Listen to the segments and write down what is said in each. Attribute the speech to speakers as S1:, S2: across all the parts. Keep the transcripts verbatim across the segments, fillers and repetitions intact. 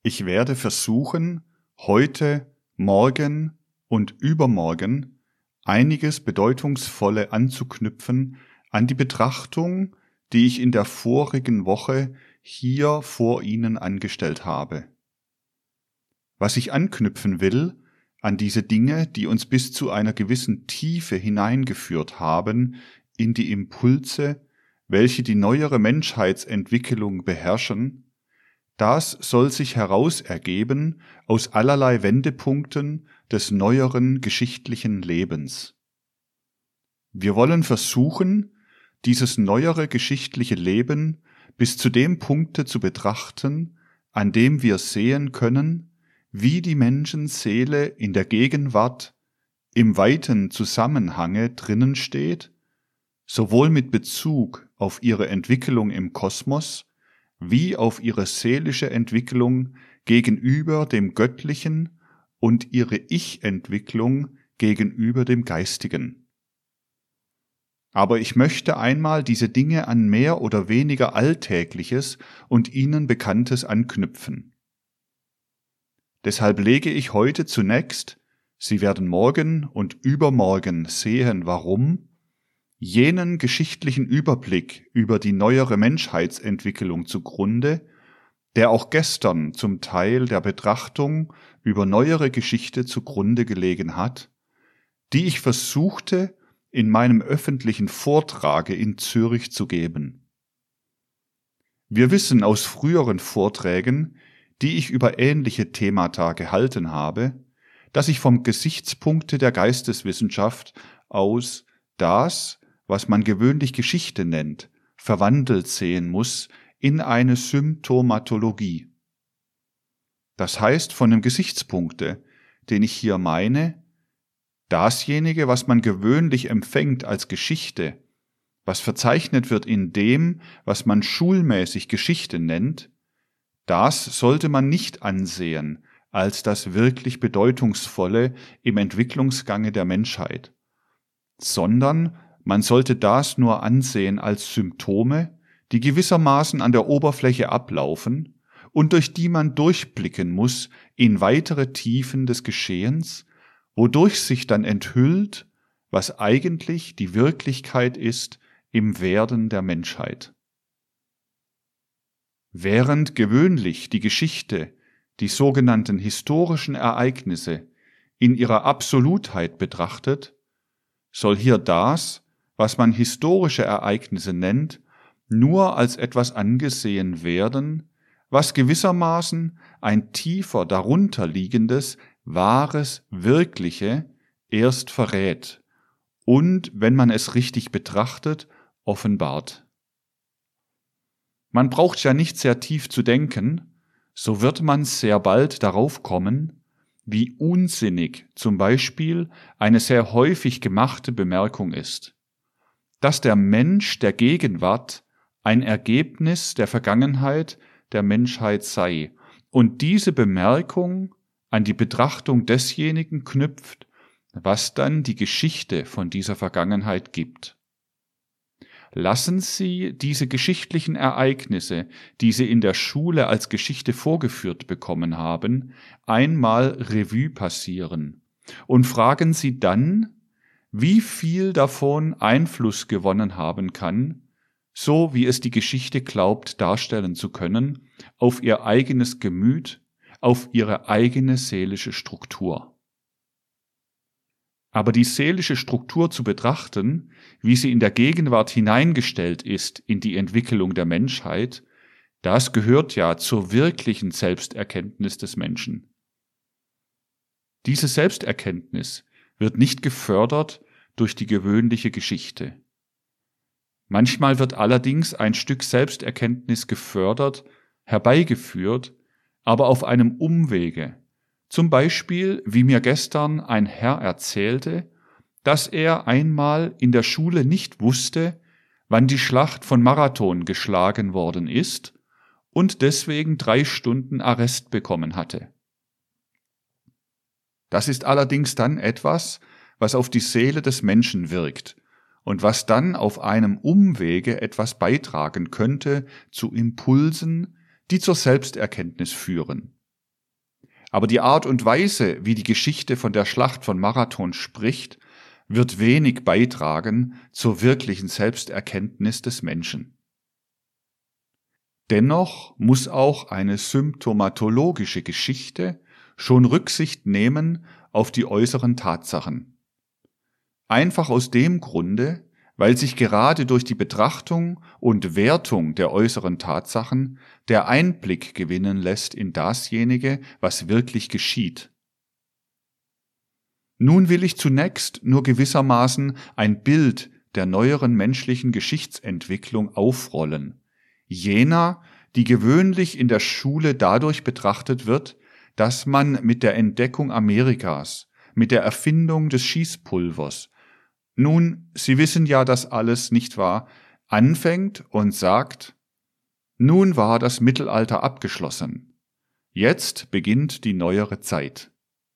S1: Ich werde versuchen, heute, morgen und übermorgen einiges Bedeutungsvolle anzuknüpfen an die Betrachtung, die ich in der vorigen Woche hier vor Ihnen angestellt habe. Was ich anknüpfen will an diese Dinge, die uns bis zu einer gewissen Tiefe hineingeführt haben, in die Impulse, welche die neuere Menschheitsentwicklung beherrschen, das soll sich heraus ergeben aus allerlei Wendepunkten des neueren geschichtlichen Lebens. Wir wollen versuchen, dieses neuere geschichtliche Leben bis zu dem Punkte zu betrachten, an dem wir sehen können, wie die Menschenseele in der Gegenwart im weiten Zusammenhange drinnen steht, sowohl mit Bezug auf ihre Entwicklung im Kosmos, wie auf ihre seelische Entwicklung gegenüber dem Göttlichen und ihre Ich-Entwicklung gegenüber dem Geistigen. Aber ich möchte einmal diese Dinge an mehr oder weniger Alltägliches und Ihnen Bekanntes anknüpfen. Deshalb lege ich heute zunächst, Sie werden morgen und übermorgen sehen, warum, jenen geschichtlichen Überblick über die neuere Menschheitsentwicklung zugrunde, der auch gestern zum Teil der Betrachtung über neuere Geschichte zugrunde gelegen hat, die ich versuchte, in meinem öffentlichen Vortrage in Zürich zu geben. Wir wissen aus früheren Vorträgen, die ich über ähnliche Themata gehalten habe, dass ich vom Gesichtspunkte der Geisteswissenschaft aus das, was man gewöhnlich Geschichte nennt, verwandelt sehen muss in eine Symptomatologie. Das heißt, von dem Gesichtspunkte, den ich hier meine, dasjenige, was man gewöhnlich empfängt als Geschichte, was verzeichnet wird in dem, was man schulmäßig Geschichte nennt, das sollte man nicht ansehen als das wirklich Bedeutungsvolle im Entwicklungsgange der Menschheit, sondern man sollte das nur ansehen als Symptome, die gewissermaßen an der Oberfläche ablaufen und durch die man durchblicken muss in weitere Tiefen des Geschehens, wodurch sich dann enthüllt, was eigentlich die Wirklichkeit ist im Werden der Menschheit. Während gewöhnlich die Geschichte, die sogenannten historischen Ereignisse, in ihrer Absolutheit betrachtet, soll hier das, was man historische Ereignisse nennt, nur als etwas angesehen werden, was gewissermaßen ein tiefer darunter liegendes, wahres, wirkliche erst verrät und, wenn man es richtig betrachtet, offenbart. Man braucht ja nicht sehr tief zu denken, so wird man sehr bald darauf kommen, wie unsinnig zum Beispiel eine sehr häufig gemachte Bemerkung ist, dass der Mensch der Gegenwart ein Ergebnis der Vergangenheit der Menschheit sei und diese Bemerkung an die Betrachtung desjenigen knüpft, was dann die Geschichte von dieser Vergangenheit gibt. Lassen Sie diese geschichtlichen Ereignisse, die Sie in der Schule als Geschichte vorgeführt bekommen haben, einmal Revue passieren und fragen Sie dann, wie viel davon Einfluss gewonnen haben kann, so wie es die Geschichte glaubt darstellen zu können, auf Ihr eigenes Gemüt, auf Ihre eigene seelische Struktur. Aber die seelische Struktur zu betrachten, wie sie in der Gegenwart hineingestellt ist in die Entwicklung der Menschheit, das gehört ja zur wirklichen Selbsterkenntnis des Menschen. Diese Selbsterkenntnis wird nicht gefördert durch die gewöhnliche Geschichte. Manchmal wird allerdings ein Stück Selbsterkenntnis gefördert, herbeigeführt, aber auf einem Umwege. Zum Beispiel, wie mir gestern ein Herr erzählte, dass er einmal in der Schule nicht wusste, wann die Schlacht von Marathon geschlagen worden ist und deswegen drei Stunden Arrest bekommen hatte. Das ist allerdings dann etwas, was auf die Seele des Menschen wirkt und was dann auf einem Umwege etwas beitragen könnte zu Impulsen, die zur Selbsterkenntnis führen. Aber die Art und Weise, wie die Geschichte von der Schlacht von Marathon spricht, wird wenig beitragen zur wirklichen Selbsterkenntnis des Menschen. Dennoch muss auch eine symptomatologische Geschichte schon Rücksicht nehmen auf die äußeren Tatsachen. Einfach aus dem Grunde, weil sich gerade durch die Betrachtung und Wertung der äußeren Tatsachen der Einblick gewinnen lässt in dasjenige, was wirklich geschieht. Nun will ich zunächst nur gewissermaßen ein Bild der neueren menschlichen Geschichtsentwicklung aufrollen, jener, die gewöhnlich in der Schule dadurch betrachtet wird, dass man mit der Entdeckung Amerikas, mit der Erfindung des Schießpulvers, nun, Sie wissen ja das alles, nicht wahr, anfängt und sagt, nun war das Mittelalter abgeschlossen, jetzt beginnt die neuere Zeit.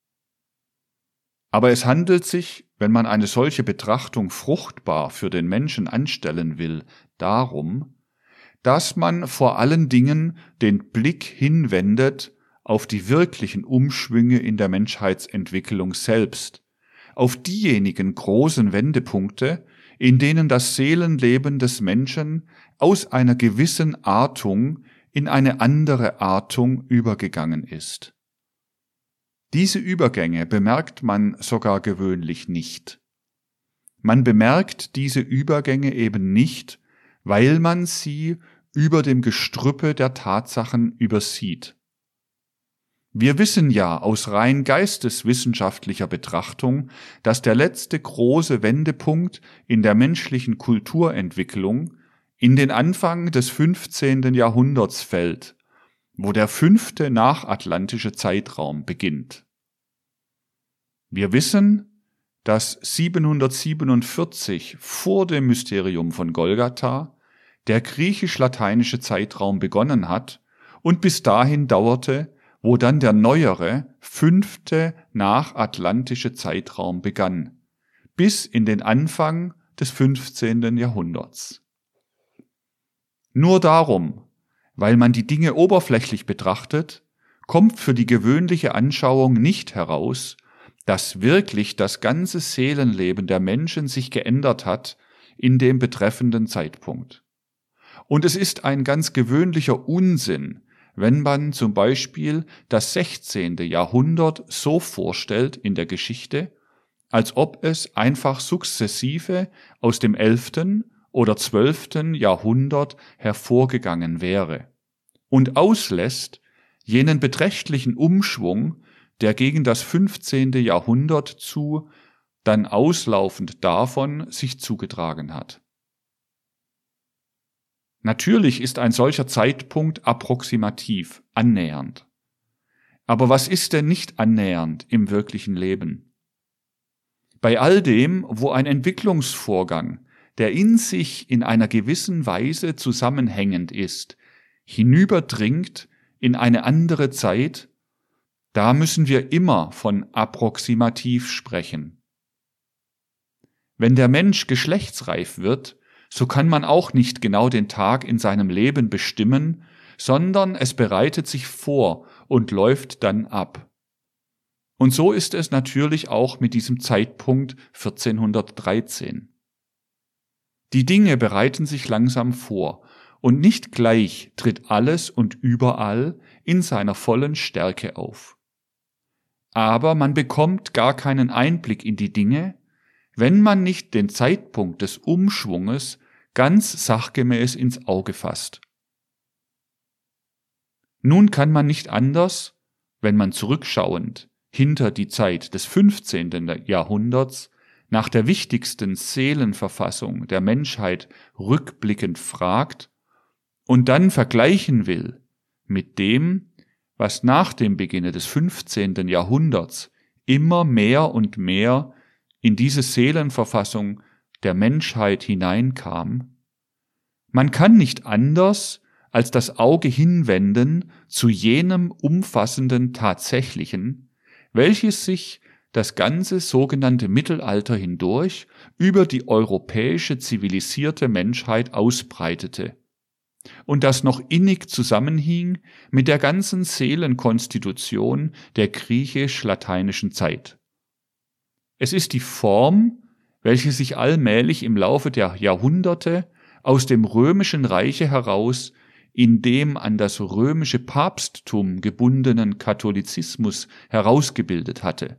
S1: Aber es handelt sich, wenn man eine solche Betrachtung fruchtbar für den Menschen anstellen will, darum, dass man vor allen Dingen den Blick hinwendet auf die wirklichen Umschwünge in der Menschheitsentwicklung selbst, auf diejenigen großen Wendepunkte, in denen das Seelenleben des Menschen aus einer gewissen Artung in eine andere Artung übergegangen ist. Diese Übergänge bemerkt man sogar gewöhnlich nicht. Man bemerkt diese Übergänge eben nicht, weil man sie über dem Gestrüppe der Tatsachen übersieht. Wir wissen ja aus rein geisteswissenschaftlicher Betrachtung, dass der letzte große Wendepunkt in der menschlichen Kulturentwicklung in den Anfang des fünfzehnten Jahrhunderts fällt, wo der fünfte nachatlantische Zeitraum beginnt. Wir wissen, dass siebenhundertsiebenundvierzig vor dem Mysterium von Golgatha der griechisch-lateinische Zeitraum begonnen hat und bis dahin dauerte, wo dann der neuere, fünfte nachatlantische Zeitraum begann, bis in den Anfang des fünfzehnten Jahrhunderts. Nur darum, weil man die Dinge oberflächlich betrachtet, kommt für die gewöhnliche Anschauung nicht heraus, dass wirklich das ganze Seelenleben der Menschen sich geändert hat in dem betreffenden Zeitpunkt. Und es ist ein ganz gewöhnlicher Unsinn, wenn man zum Beispiel das sechzehnte Jahrhundert so vorstellt in der Geschichte, als ob es einfach sukzessive aus dem elften oder zwölften Jahrhundert hervorgegangen wäre und auslässt jenen beträchtlichen Umschwung, der gegen das fünfzehnte Jahrhundert zu, dann auslaufend davon sich zugetragen hat. Natürlich ist ein solcher Zeitpunkt approximativ, annähernd. Aber was ist denn nicht annähernd im wirklichen Leben? Bei all dem, wo ein Entwicklungsvorgang, der in sich in einer gewissen Weise zusammenhängend ist, hinüberdringt in eine andere Zeit, da müssen wir immer von approximativ sprechen. Wenn der Mensch geschlechtsreif wird, so kann man auch nicht genau den Tag in seinem Leben bestimmen, sondern es bereitet sich vor und läuft dann ab. Und so ist es natürlich auch mit diesem Zeitpunkt vierzehnhundertdreizehn. Die Dinge bereiten sich langsam vor und nicht gleich tritt alles und überall in seiner vollen Stärke auf. Aber man bekommt gar keinen Einblick in die Dinge, wenn man nicht den Zeitpunkt des Umschwunges ganz sachgemäß ins Auge fasst. Nun kann man nicht anders, wenn man zurückschauend hinter die Zeit des fünfzehnten Jahrhunderts nach der wichtigsten Seelenverfassung der Menschheit rückblickend fragt und dann vergleichen will mit dem, was nach dem Beginne des fünfzehnten Jahrhunderts immer mehr und mehr in diese Seelenverfassung der Menschheit hineinkam, man kann nicht anders als das Auge hinwenden zu jenem umfassenden Tatsächlichen, welches sich das ganze sogenannte Mittelalter hindurch über die europäische zivilisierte Menschheit ausbreitete, und das noch innig zusammenhing mit der ganzen Seelenkonstitution der griechisch-lateinischen Zeit. Es ist die Form, welche sich allmählich im Laufe der Jahrhunderte aus dem römischen Reiche heraus in dem an das römische Papsttum gebundenen Katholizismus herausgebildet hatte.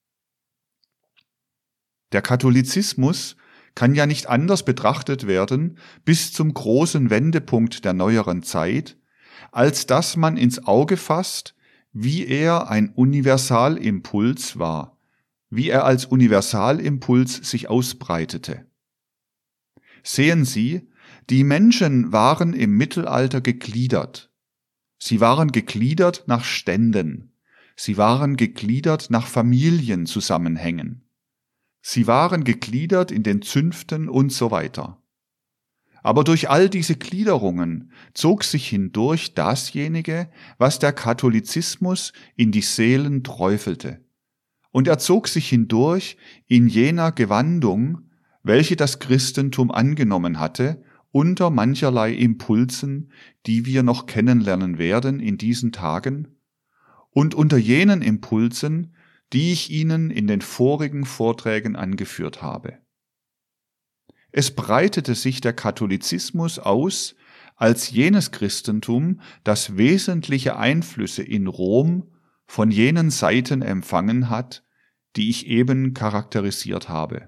S1: Der Katholizismus kann ja nicht anders betrachtet werden bis zum großen Wendepunkt der neueren Zeit, als dass man ins Auge fasst, wie er ein Universalimpuls war, wie er als Universalimpuls sich ausbreitete. Sehen Sie, die Menschen waren im Mittelalter gegliedert. Sie waren gegliedert nach Ständen. Sie waren gegliedert nach Familienzusammenhängen. Sie waren gegliedert in den Zünften und so weiter. Aber durch all diese Gliederungen zog sich hindurch dasjenige, was der Katholizismus in die Seelen träufelte. Und er zog sich hindurch in jener Gewandung, welche das Christentum angenommen hatte, unter mancherlei Impulsen, die wir noch kennenlernen werden in diesen Tagen, und unter jenen Impulsen, die ich Ihnen in den vorigen Vorträgen angeführt habe. Es breitete sich der Katholizismus aus als jenes Christentum, das wesentliche Einflüsse in Rom von jenen Seiten empfangen hat, die ich eben charakterisiert habe.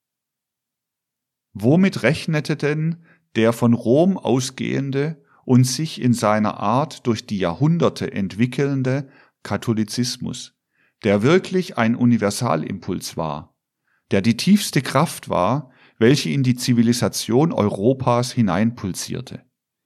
S1: Womit rechnete denn der von Rom ausgehende und sich in seiner Art durch die Jahrhunderte entwickelnde Katholizismus, der wirklich ein Universalimpuls war, der die tiefste Kraft war, welche in die Zivilisation Europas hineinpulsierte?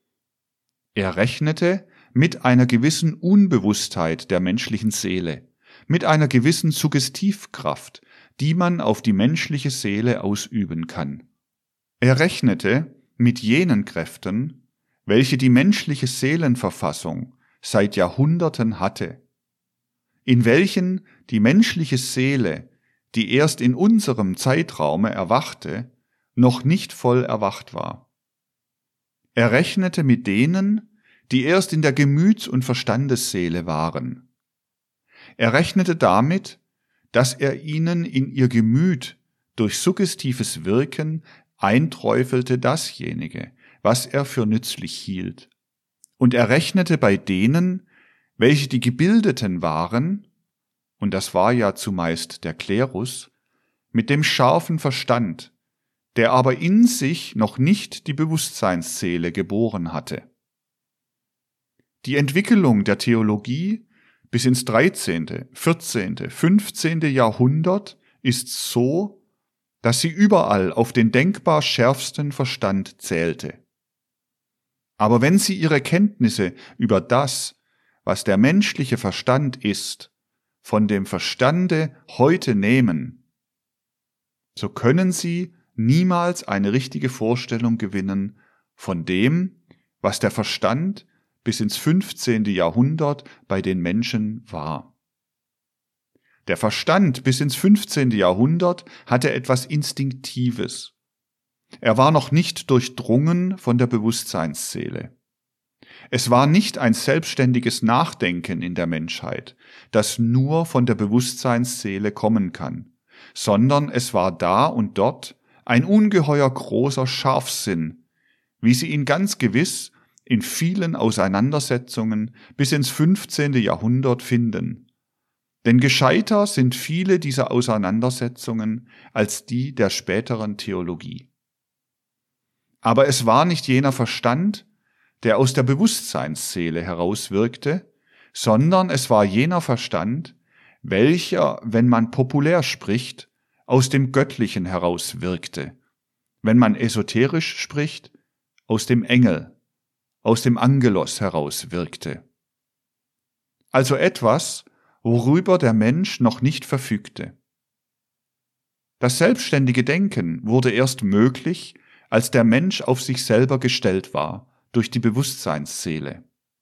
S1: Er rechnete mit einer gewissen Unbewusstheit der menschlichen Seele, mit einer gewissen Suggestivkraft, die man auf die menschliche Seele ausüben kann. Er rechnete mit jenen Kräften, welche die menschliche Seelenverfassung seit Jahrhunderten hatte, in welchen die menschliche Seele, die erst in unserem Zeitraume erwachte, noch nicht voll erwacht war. Er rechnete mit denen, die erst in der Gemüts- und Verstandesseele waren. Er rechnete damit, dass er ihnen in ihr Gemüt durch suggestives Wirken einträufelte dasjenige, was er für nützlich hielt. Und er rechnete bei denen, welche die Gebildeten waren, und das war ja zumeist der Klerus, mit dem scharfen Verstand, der aber in sich noch nicht die Bewusstseinsseele geboren hatte. Die Entwicklung der Theologie bis ins dreizehnte, vierzehnte, fünfzehnte Jahrhundert ist so, dass sie überall auf den denkbar schärfsten Verstand zählte. Aber wenn sie ihre Kenntnisse über das, was der menschliche Verstand ist, von dem Verstande heute nehmen, so können sie niemals eine richtige Vorstellung gewinnen von dem, was der Verstand bis ins fünfzehnte Jahrhundert bei den Menschen war. Der Verstand bis ins fünfzehnte Jahrhundert hatte etwas Instinktives. Er war noch nicht durchdrungen von der Bewusstseinsseele. Es war nicht ein selbstständiges Nachdenken in der Menschheit, das nur von der Bewusstseinsseele kommen kann, sondern es war da und dort ein ungeheuer großer Scharfsinn, wie sie ihn ganz gewiss in vielen Auseinandersetzungen bis ins fünfzehnte Jahrhundert finden. Denn gescheiter sind viele dieser Auseinandersetzungen als die der späteren Theologie. Aber es war nicht jener Verstand, der aus der Bewusstseinsseele herauswirkte, sondern es war jener Verstand, welcher, wenn man populär spricht, aus dem Göttlichen herauswirkte, wenn man esoterisch spricht, aus dem Engel, aus dem Angelos herauswirkte. Also etwas, worüber der Mensch noch nicht verfügte. Das selbstständige Denken wurde erst möglich, als der Mensch auf sich selber gestellt war, durch die Bewusstseinsseele.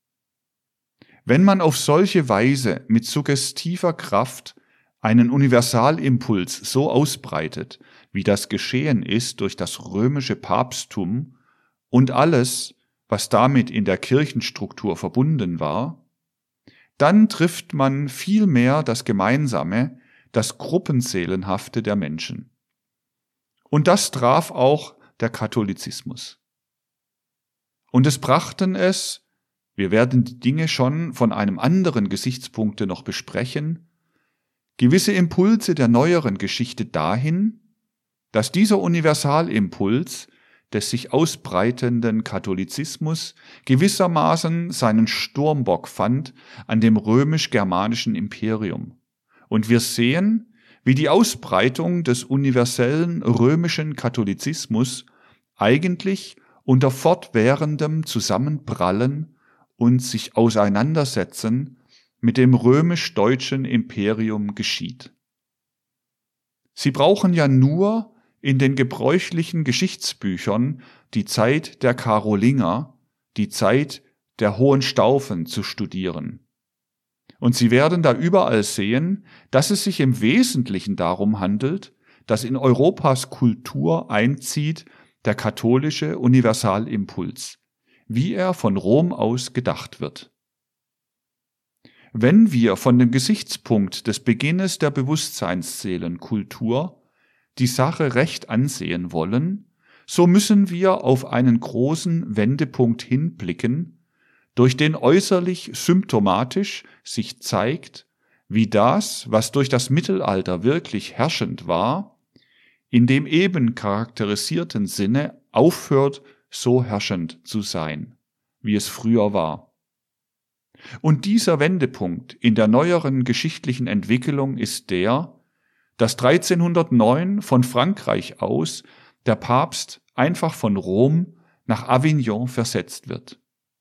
S1: Wenn man auf solche Weise mit suggestiver Kraft einen Universalimpuls so ausbreitet, wie das geschehen ist durch das römische Papsttum und alles, was damit in der Kirchenstruktur verbunden war, dann trifft man vielmehr das Gemeinsame, das Gruppenseelenhafte der Menschen. Und das traf auch der Katholizismus. Und es brachten es, wir werden die Dinge schon von einem anderen Gesichtspunkte noch besprechen, gewisse Impulse der neueren Geschichte dahin, dass dieser Universalimpuls des sich ausbreitenden Katholizismus gewissermaßen seinen Sturmbock fand an dem römisch-germanischen Imperium. Und wir sehen, wie die Ausbreitung des universellen römischen Katholizismus eigentlich unter fortwährendem Zusammenprallen und sich Auseinandersetzen mit dem römisch-deutschen Imperium geschieht. Sie brauchen ja nur in den gebräuchlichen Geschichtsbüchern die Zeit der Karolinger, die Zeit der Hohenstaufen zu studieren. Und Sie werden da überall sehen, dass es sich im Wesentlichen darum handelt, dass in Europas Kultur einzieht der katholische Universalimpuls, wie er von Rom aus gedacht wird. Wenn wir von dem Gesichtspunkt des Beginnes der Bewusstseinsseelenkultur die Sache recht ansehen wollen, so müssen wir auf einen großen Wendepunkt hinblicken, durch den äußerlich symptomatisch sich zeigt, wie das, was durch das Mittelalter wirklich herrschend war, in dem eben charakterisierten Sinne aufhört, so herrschend zu sein, wie es früher war. Und dieser Wendepunkt in der neueren geschichtlichen Entwicklung ist der, dass dreizehnhundertneun von Frankreich aus der Papst einfach von Rom nach Avignon versetzt wird.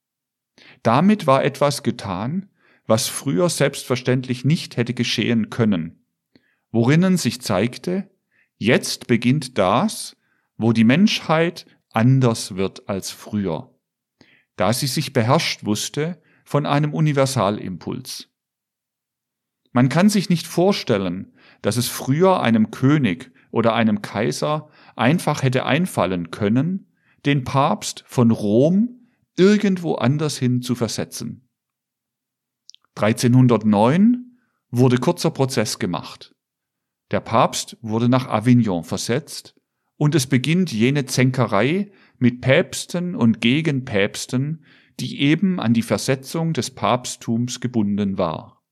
S1: Damit war etwas getan, was früher selbstverständlich nicht hätte geschehen können, worinnen sich zeigte, jetzt beginnt das, wo die Menschheit anders wird als früher, da sie sich beherrscht wusste von einem Universalimpuls. Man kann sich nicht vorstellen, dass es früher einem König oder einem Kaiser einfach hätte einfallen können, den Papst von Rom irgendwo anders hin zu versetzen. dreizehnhundertneun wurde kurzer Prozess gemacht. Der Papst wurde nach Avignon versetzt und es beginnt jene Zänkerei mit Päpsten und Gegenpäpsten, die eben an die Versetzung des Papsttums gebunden war.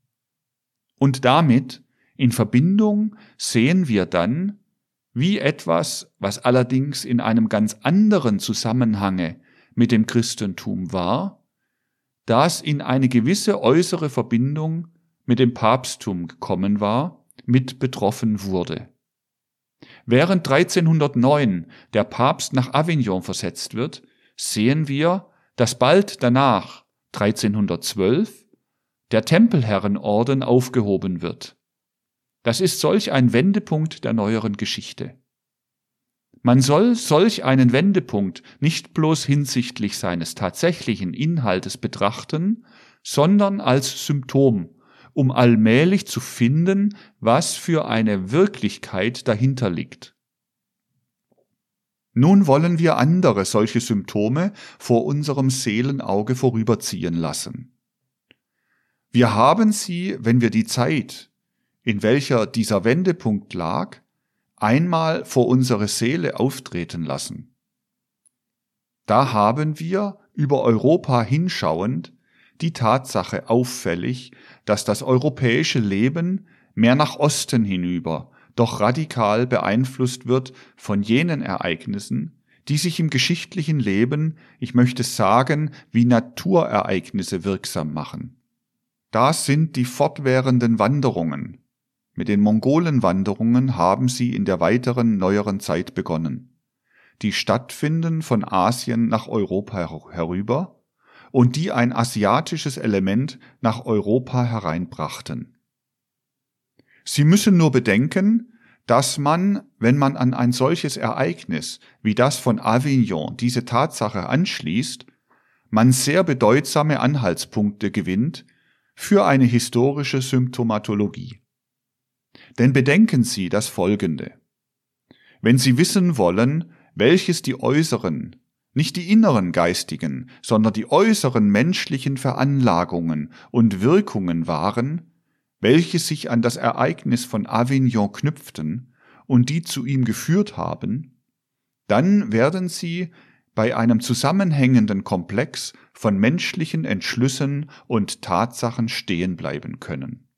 S1: Und damit in Verbindung sehen wir dann, wie etwas, was allerdings in einem ganz anderen Zusammenhange mit dem Christentum war, das in eine gewisse äußere Verbindung mit dem Papsttum gekommen war, mit betroffen wurde. Während dreizehnhundertneun der Papst nach Avignon versetzt wird, sehen wir, dass bald danach, dreizehnhundertzwölf, der Tempelherrenorden aufgehoben wird. Das ist solch ein Wendepunkt der neueren Geschichte. Man soll solch einen Wendepunkt nicht bloß hinsichtlich seines tatsächlichen Inhaltes betrachten, sondern als Symptom, um allmählich zu finden, was für eine Wirklichkeit dahinter liegt. Nun wollen wir andere solche Symptome vor unserem Seelenauge vorüberziehen lassen. Wir haben sie, wenn wir die Zeit, in welcher dieser Wendepunkt lag, einmal vor unsere Seele auftreten lassen. Da haben wir, über Europa hinschauend, die Tatsache auffällig, dass das europäische Leben mehr nach Osten hinüber doch radikal beeinflusst wird von jenen Ereignissen, die sich im geschichtlichen Leben, ich möchte sagen, wie Naturereignisse wirksam machen. Das sind die fortwährenden Wanderungen. Mit den Mongolenwanderungen haben sie in der weiteren neueren Zeit begonnen, die stattfinden von Asien nach Europa herüber und die ein asiatisches Element nach Europa hereinbrachten. Sie müssen nur bedenken, dass man, wenn man an ein solches Ereignis wie das von Avignon diese Tatsache anschließt, man sehr bedeutsame Anhaltspunkte gewinnt für eine historische Symptomatologie. Denn bedenken Sie das Folgende. Wenn Sie wissen wollen, welches die äußeren, Nicht die inneren geistigen, sondern die äußeren menschlichen Veranlagungen und Wirkungen waren, welche sich an das Ereignis von Avignon knüpften und die zu ihm geführt haben, dann werden sie bei einem zusammenhängenden Komplex von menschlichen Entschlüssen und Tatsachen stehen bleiben können.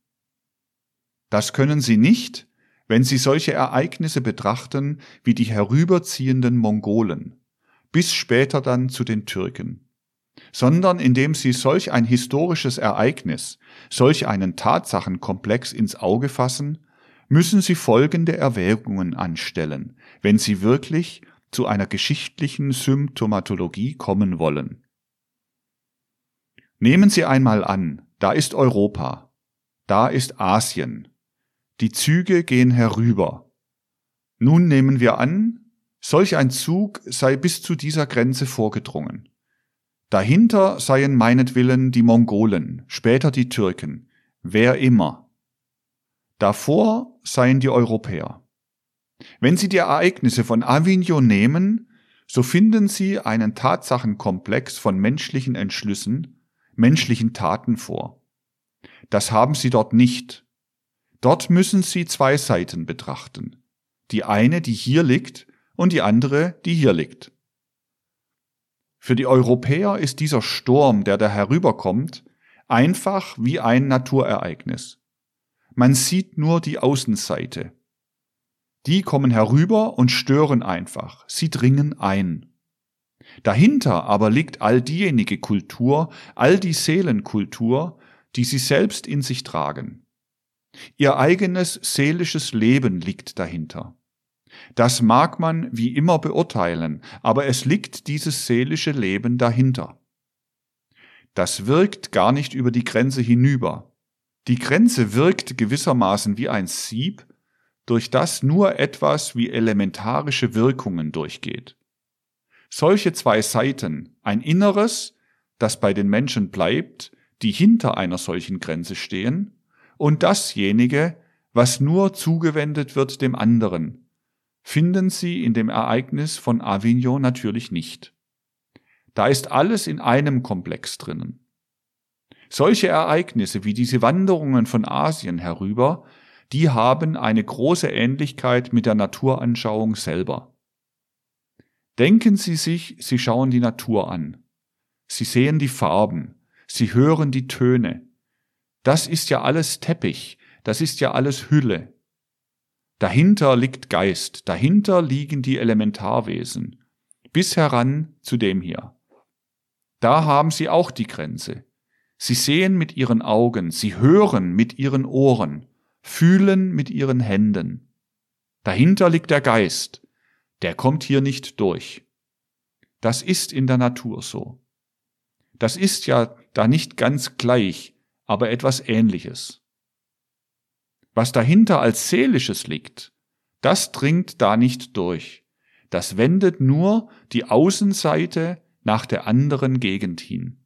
S1: Das können sie nicht, wenn sie solche Ereignisse betrachten wie die herüberziehenden Mongolen, bis später dann zu den Türken, sondern indem sie solch ein historisches Ereignis, solch einen Tatsachenkomplex ins Auge fassen, müssen sie folgende Erwägungen anstellen, wenn sie wirklich zu einer geschichtlichen Symptomatologie kommen wollen. Nehmen Sie einmal an, da ist Europa, da ist Asien, die Züge gehen herüber. Nun nehmen wir an, solch ein Zug sei bis zu dieser Grenze vorgedrungen. Dahinter seien meinetwillen die Mongolen, später die Türken, wer immer. Davor seien die Europäer. Wenn Sie die Ereignisse von Avignon nehmen, so finden Sie einen Tatsachenkomplex von menschlichen Entschlüssen, menschlichen Taten vor. Das haben Sie dort nicht. Dort müssen Sie zwei Seiten betrachten. Die eine, die hier liegt, und die andere, die hier liegt. Für die Europäer ist dieser Sturm, der da herüberkommt, einfach wie ein Naturereignis. Man sieht nur die Außenseite. Die kommen herüber und stören einfach, sie dringen ein. Dahinter aber liegt all diejenige Kultur, all die Seelenkultur, die sie selbst in sich tragen. Ihr eigenes seelisches Leben liegt dahinter. Das mag man wie immer beurteilen, aber es liegt dieses seelische Leben dahinter. Das wirkt gar nicht über die Grenze hinüber. Die Grenze wirkt gewissermaßen wie ein Sieb, durch das nur etwas wie elementarische Wirkungen durchgeht. Solche zwei Seiten, ein Inneres, das bei den Menschen bleibt, die hinter einer solchen Grenze stehen, und dasjenige, was nur zugewendet wird dem anderen, finden Sie in dem Ereignis von Avignon natürlich nicht. Da ist alles in einem Komplex drinnen. Solche Ereignisse wie diese Wanderungen von Asien herüber, die haben eine große Ähnlichkeit mit der Naturanschauung selber. Denken Sie sich, Sie schauen die Natur an. Sie sehen die Farben, Sie hören die Töne. Das ist ja alles Teppich, das ist ja alles Hülle. Dahinter liegt Geist, dahinter liegen die Elementarwesen, bis heran zu dem hier. Da haben Sie auch die Grenze. Sie sehen mit Ihren Augen, Sie hören mit Ihren Ohren, fühlen mit Ihren Händen. Dahinter liegt der Geist, der kommt hier nicht durch. Das ist in der Natur so. Das ist ja da nicht ganz gleich, aber etwas Ähnliches. Was dahinter als Seelisches liegt, das dringt da nicht durch. Das wendet nur die Außenseite nach der anderen Gegend hin.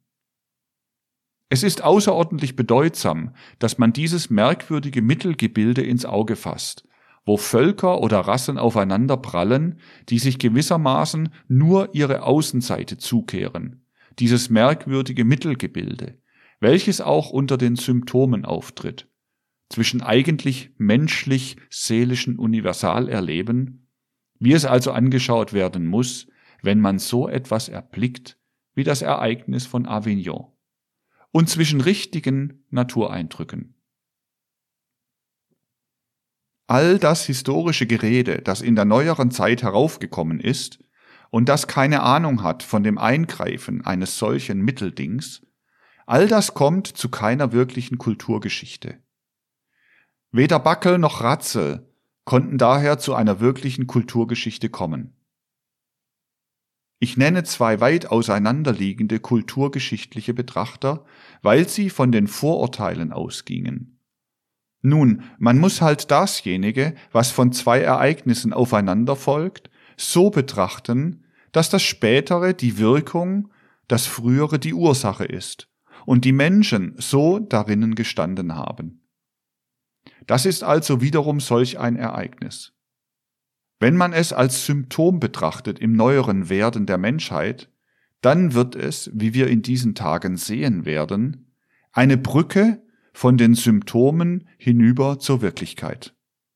S1: Es ist außerordentlich bedeutsam, dass man dieses merkwürdige Mittelgebilde ins Auge fasst, wo Völker oder Rassen aufeinander prallen, die sich gewissermaßen nur ihre Außenseite zukehren, dieses merkwürdige Mittelgebilde, welches auch unter den Symptomen auftritt, zwischen eigentlich menschlich-seelischen Universalerleben, wie es also angeschaut werden muss, wenn man so etwas erblickt wie das Ereignis von Avignon, und zwischen richtigen Natureindrücken. All das historische Gerede, das in der neueren Zeit heraufgekommen ist und das keine Ahnung hat von dem Eingreifen eines solchen Mitteldings, all das kommt zu keiner wirklichen Kulturgeschichte. Weder Backel noch Ratzel konnten daher zu einer wirklichen Kulturgeschichte kommen. Ich nenne zwei weit auseinanderliegende kulturgeschichtliche Betrachter, weil sie von den Vorurteilen ausgingen. Nun, man muss halt dasjenige, was von zwei Ereignissen aufeinander folgt, so betrachten, dass das Spätere die Wirkung, das Frühere die Ursache ist und die Menschen so darinnen gestanden haben. Das ist also wiederum solch ein Ereignis. Wenn man es als Symptom betrachtet im neueren Werden der Menschheit, dann wird es, wie wir in diesen Tagen sehen werden, eine Brücke von den Symptomen hinüber zur Wirklichkeit.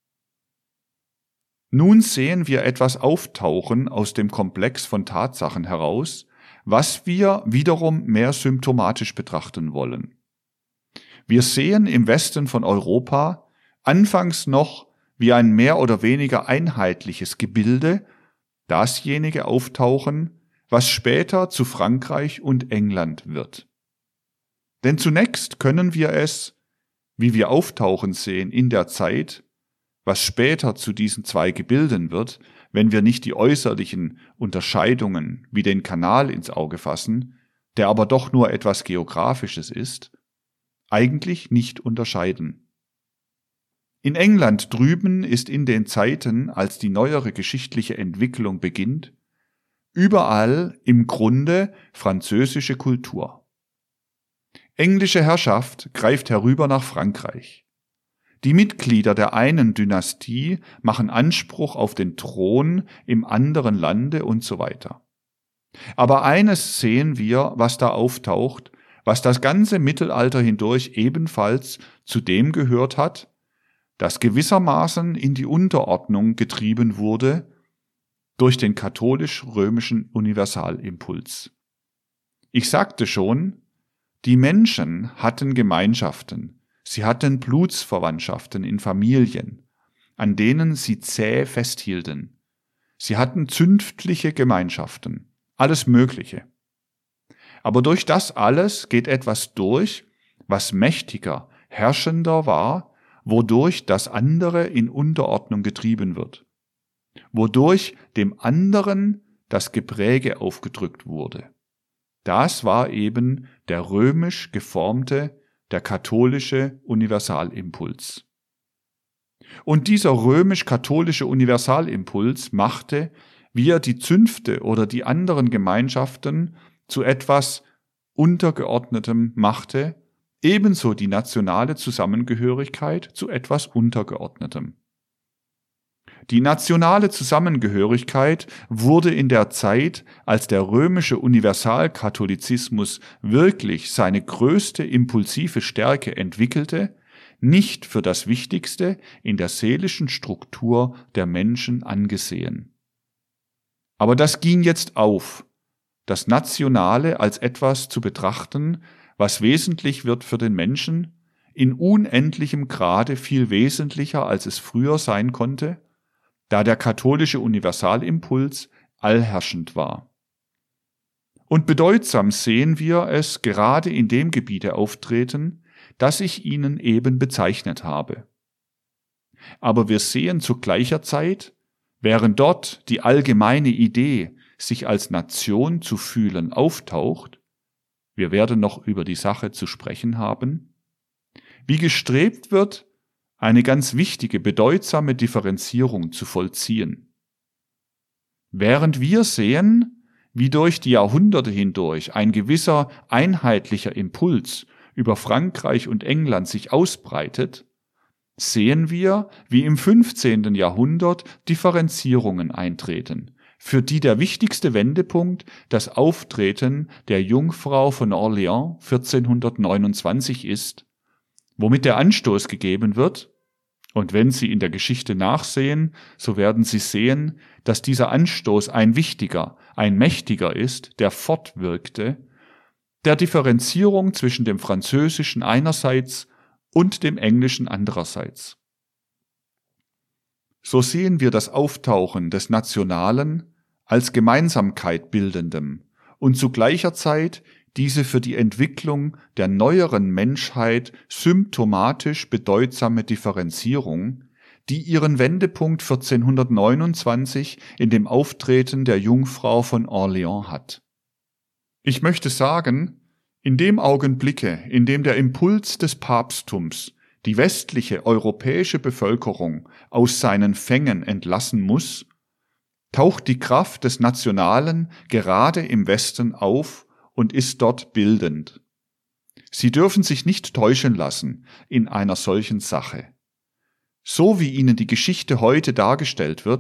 S1: Nun sehen wir etwas auftauchen aus dem Komplex von Tatsachen heraus, was wir wiederum mehr symptomatisch betrachten wollen. Wir sehen im Westen von Europa anfangs noch wie ein mehr oder weniger einheitliches Gebilde dasjenige auftauchen, was später zu Frankreich und England wird. Denn zunächst können wir es, wie wir auftauchen sehen in der Zeit, was später zu diesen zwei Gebilden wird, wenn wir nicht die äußerlichen Unterscheidungen wie den Kanal ins Auge fassen, der aber doch nur etwas Geografisches ist, eigentlich nicht unterscheiden. In England drüben ist in den Zeiten, als die neuere geschichtliche Entwicklung beginnt, überall im Grunde französische Kultur. Englische Herrschaft greift herüber nach Frankreich. Die Mitglieder der einen Dynastie machen Anspruch auf den Thron im anderen Lande und so weiter. Aber eines sehen wir, was da auftaucht, was das ganze Mittelalter hindurch ebenfalls zu dem gehört hat, das gewissermaßen in die Unterordnung getrieben wurde durch den katholisch-römischen Universalimpuls. Ich sagte schon, die Menschen hatten Gemeinschaften, sie hatten Blutsverwandtschaften in Familien, an denen sie zäh festhielten. Sie hatten zünftliche Gemeinschaften, alles Mögliche. Aber durch das alles geht etwas durch, was mächtiger, herrschender war, wodurch das andere in Unterordnung getrieben wird, wodurch dem anderen das Gepräge aufgedrückt wurde. Das war eben der römisch geformte, der katholische Universalimpuls. Und dieser römisch-katholische Universalimpuls machte, wie er die Zünfte oder die anderen Gemeinschaften zu etwas Untergeordnetem machte, ebenso die nationale Zusammengehörigkeit zu etwas Untergeordnetem. Die nationale Zusammengehörigkeit wurde in der Zeit, als der römische Universalkatholizismus wirklich seine größte impulsive Stärke entwickelte, nicht für das Wichtigste in der seelischen Struktur der Menschen angesehen. Aber das ging jetzt auf, das Nationale als etwas zu betrachten, was wesentlich wird für den Menschen, in unendlichem Grade viel wesentlicher, als es früher sein konnte, da der katholische Universalimpuls allherrschend war. Und bedeutsam sehen wir es gerade in dem Gebiete auftreten, das ich Ihnen eben bezeichnet habe. Aber wir sehen zu gleicher Zeit, während dort die allgemeine Idee, sich als Nation zu fühlen, auftaucht, wir werden noch über die Sache zu sprechen haben, wie gestrebt wird, eine ganz wichtige, bedeutsame Differenzierung zu vollziehen. Während wir sehen, wie durch die Jahrhunderte hindurch ein gewisser einheitlicher Impuls über Frankreich und England sich ausbreitet, sehen wir, wie im fünfzehnten Jahrhundert Differenzierungen eintreten, für die der wichtigste Wendepunkt das Auftreten der Jungfrau von Orleans vierzehnhundertneunundzwanzig ist, womit der Anstoß gegeben wird, und wenn Sie in der Geschichte nachsehen, so werden Sie sehen, dass dieser Anstoß ein wichtiger, ein mächtiger ist, der fortwirkte, der Differenzierung zwischen dem Französischen einerseits und dem Englischen andererseits. So sehen wir das Auftauchen des Nationalen als Gemeinsamkeit bildendem und zu gleicher Zeit diese für die Entwicklung der neueren Menschheit symptomatisch bedeutsame Differenzierung, die ihren Wendepunkt vierzehnhundertneunundzwanzig in dem Auftreten der Jungfrau von Orleans hat. Ich möchte sagen, in dem Augenblicke, in dem der Impuls des Papsttums die westliche europäische Bevölkerung aus seinen Fängen entlassen muss, taucht die Kraft des Nationalen gerade im Westen auf und ist dort bildend. Sie dürfen sich nicht täuschen lassen in einer solchen Sache. So wie Ihnen die Geschichte heute dargestellt wird,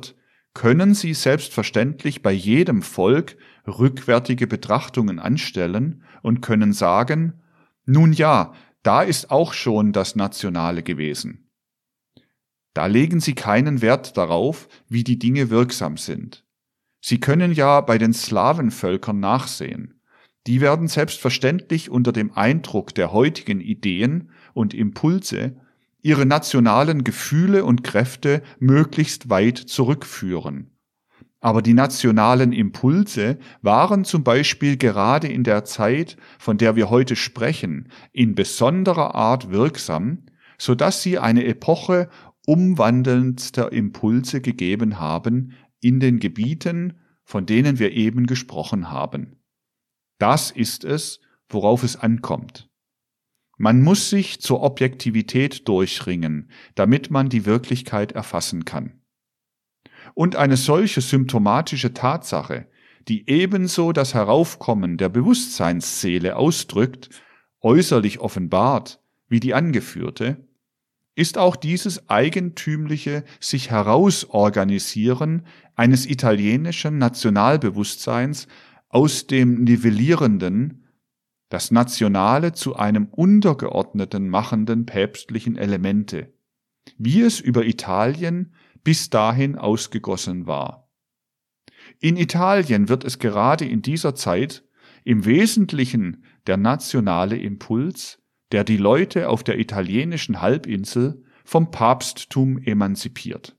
S1: können sie selbstverständlich bei jedem Volk rückwärtige Betrachtungen anstellen und können sagen, nun ja, da ist auch schon das Nationale gewesen. Da legen sie keinen Wert darauf, wie die Dinge wirksam sind. Sie können ja bei den Slawenvölkern nachsehen. Die werden selbstverständlich unter dem Eindruck der heutigen Ideen und Impulse ihre nationalen Gefühle und Kräfte möglichst weit zurückführen. Aber die nationalen Impulse waren zum Beispiel gerade in der Zeit, von der wir heute sprechen, in besonderer Art wirksam, so dass sie eine Epoche umwandelndster Impulse gegeben haben in den Gebieten, von denen wir eben gesprochen haben. Das ist es, worauf es ankommt. Man muss sich zur Objektivität durchringen, damit man die Wirklichkeit erfassen kann. Und eine solche symptomatische Tatsache, die ebenso das Heraufkommen der Bewusstseinsseele ausdrückt, äußerlich offenbart wie die angeführte, ist auch dieses eigentümliche sich herausorganisieren eines italienischen Nationalbewusstseins aus dem Nivellierenden, das Nationale zu einem untergeordneten machenden päpstlichen Elemente, wie es über Italien bis dahin ausgegossen war. In Italien wird es gerade in dieser Zeit im Wesentlichen der nationale Impuls, der die Leute auf der italienischen Halbinsel vom Papsttum emanzipiert.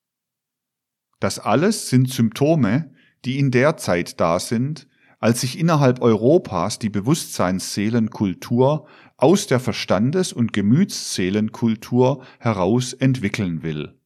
S1: Das alles sind Symptome, die in der Zeit da sind, als sich innerhalb Europas die Bewusstseinsseelenkultur aus der Verstandes- und Gemütsseelenkultur heraus entwickeln will.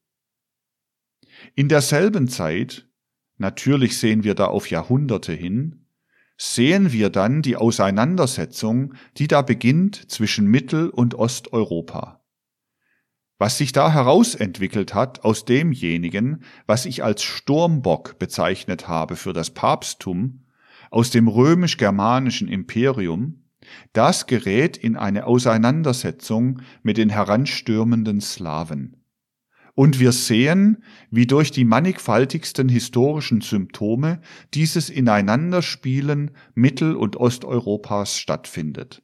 S1: In derselben Zeit, natürlich sehen wir da auf Jahrhunderte hin, sehen wir dann die Auseinandersetzung, die da beginnt zwischen Mittel- und Osteuropa. Was sich da herausentwickelt hat aus demjenigen, was ich als Sturmbock bezeichnet habe für das Papsttum, aus dem römisch-germanischen Imperium, das gerät in eine Auseinandersetzung mit den heranstürmenden Slawen. Und wir sehen, wie durch die mannigfaltigsten historischen Symptome dieses Ineinanderspielen Mittel- und Osteuropas stattfindet.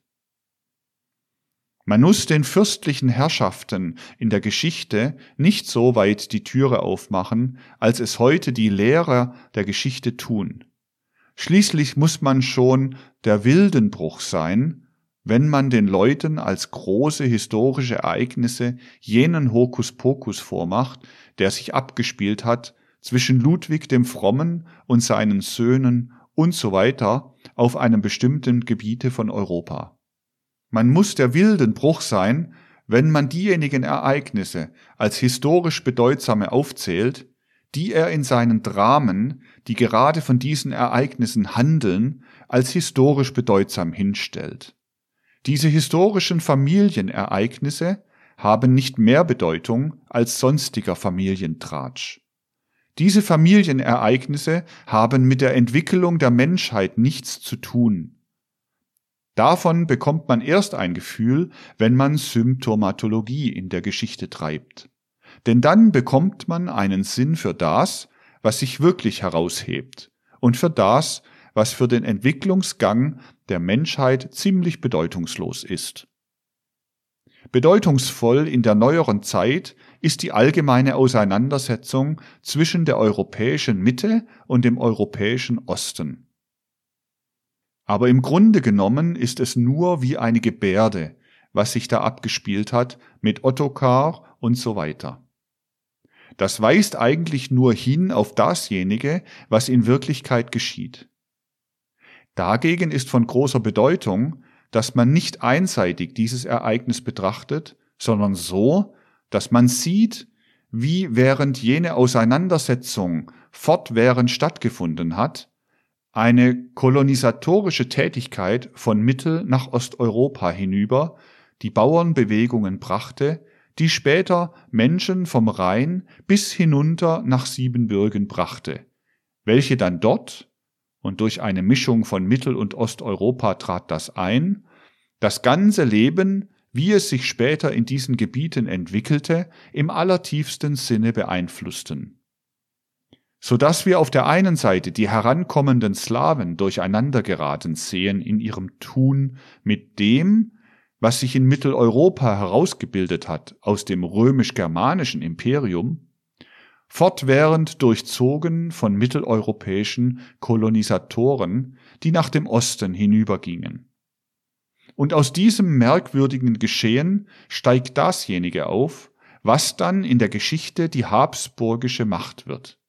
S1: Man muss den fürstlichen Herrschaften in der Geschichte nicht so weit die Türe aufmachen, als es heute die Lehrer der Geschichte tun. Schließlich muss man schon der Wildenbruch sein, wenn man den Leuten als große historische Ereignisse jenen Hokuspokus vormacht, der sich abgespielt hat zwischen Ludwig dem Frommen und seinen Söhnen und so weiter auf einem bestimmten Gebiete von Europa. Man muss der Wildenbruch sein, wenn man diejenigen Ereignisse als historisch bedeutsame aufzählt, die er in seinen Dramen, die gerade von diesen Ereignissen handeln, als historisch bedeutsam hinstellt. Diese historischen Familienereignisse haben nicht mehr Bedeutung als sonstiger Familientratsch. Diese Familienereignisse haben mit der Entwicklung der Menschheit nichts zu tun. Davon bekommt man erst ein Gefühl, wenn man Symptomatologie in der Geschichte treibt. Denn dann bekommt man einen Sinn für das, was sich wirklich heraushebt, und für das, was für den Entwicklungsgang der Menschheit ziemlich bedeutungslos ist. Bedeutungsvoll in der neueren Zeit ist die allgemeine Auseinandersetzung zwischen der europäischen Mitte und dem europäischen Osten. Aber im Grunde genommen ist es nur wie eine Gebärde, was sich da abgespielt hat mit Ottokar und so weiter. Das weist eigentlich nur hin auf dasjenige, was in Wirklichkeit geschieht. Dagegen ist von großer Bedeutung, dass man nicht einseitig dieses Ereignis betrachtet, sondern so, dass man sieht, wie während jene Auseinandersetzung fortwährend stattgefunden hat, eine kolonisatorische Tätigkeit von Mittel- nach Osteuropa hinüber die Bauernbewegungen brachte, die später Menschen vom Rhein bis hinunter nach Siebenbürgen brachte, welche dann dort, und durch eine Mischung von Mittel- und Osteuropa trat das ein, das ganze Leben, wie es sich später in diesen Gebieten entwickelte, im allertiefsten Sinne beeinflussten. so dass wir auf der einen Seite die herankommenden Slawen durcheinander geraten sehen in ihrem Tun mit dem, was sich in Mitteleuropa herausgebildet hat aus dem römisch-germanischen Imperium, fortwährend durchzogen von mitteleuropäischen Kolonisatoren, die nach dem Osten hinübergingen. Und aus diesem merkwürdigen Geschehen steigt dasjenige auf, was dann in der Geschichte die habsburgische Macht wird.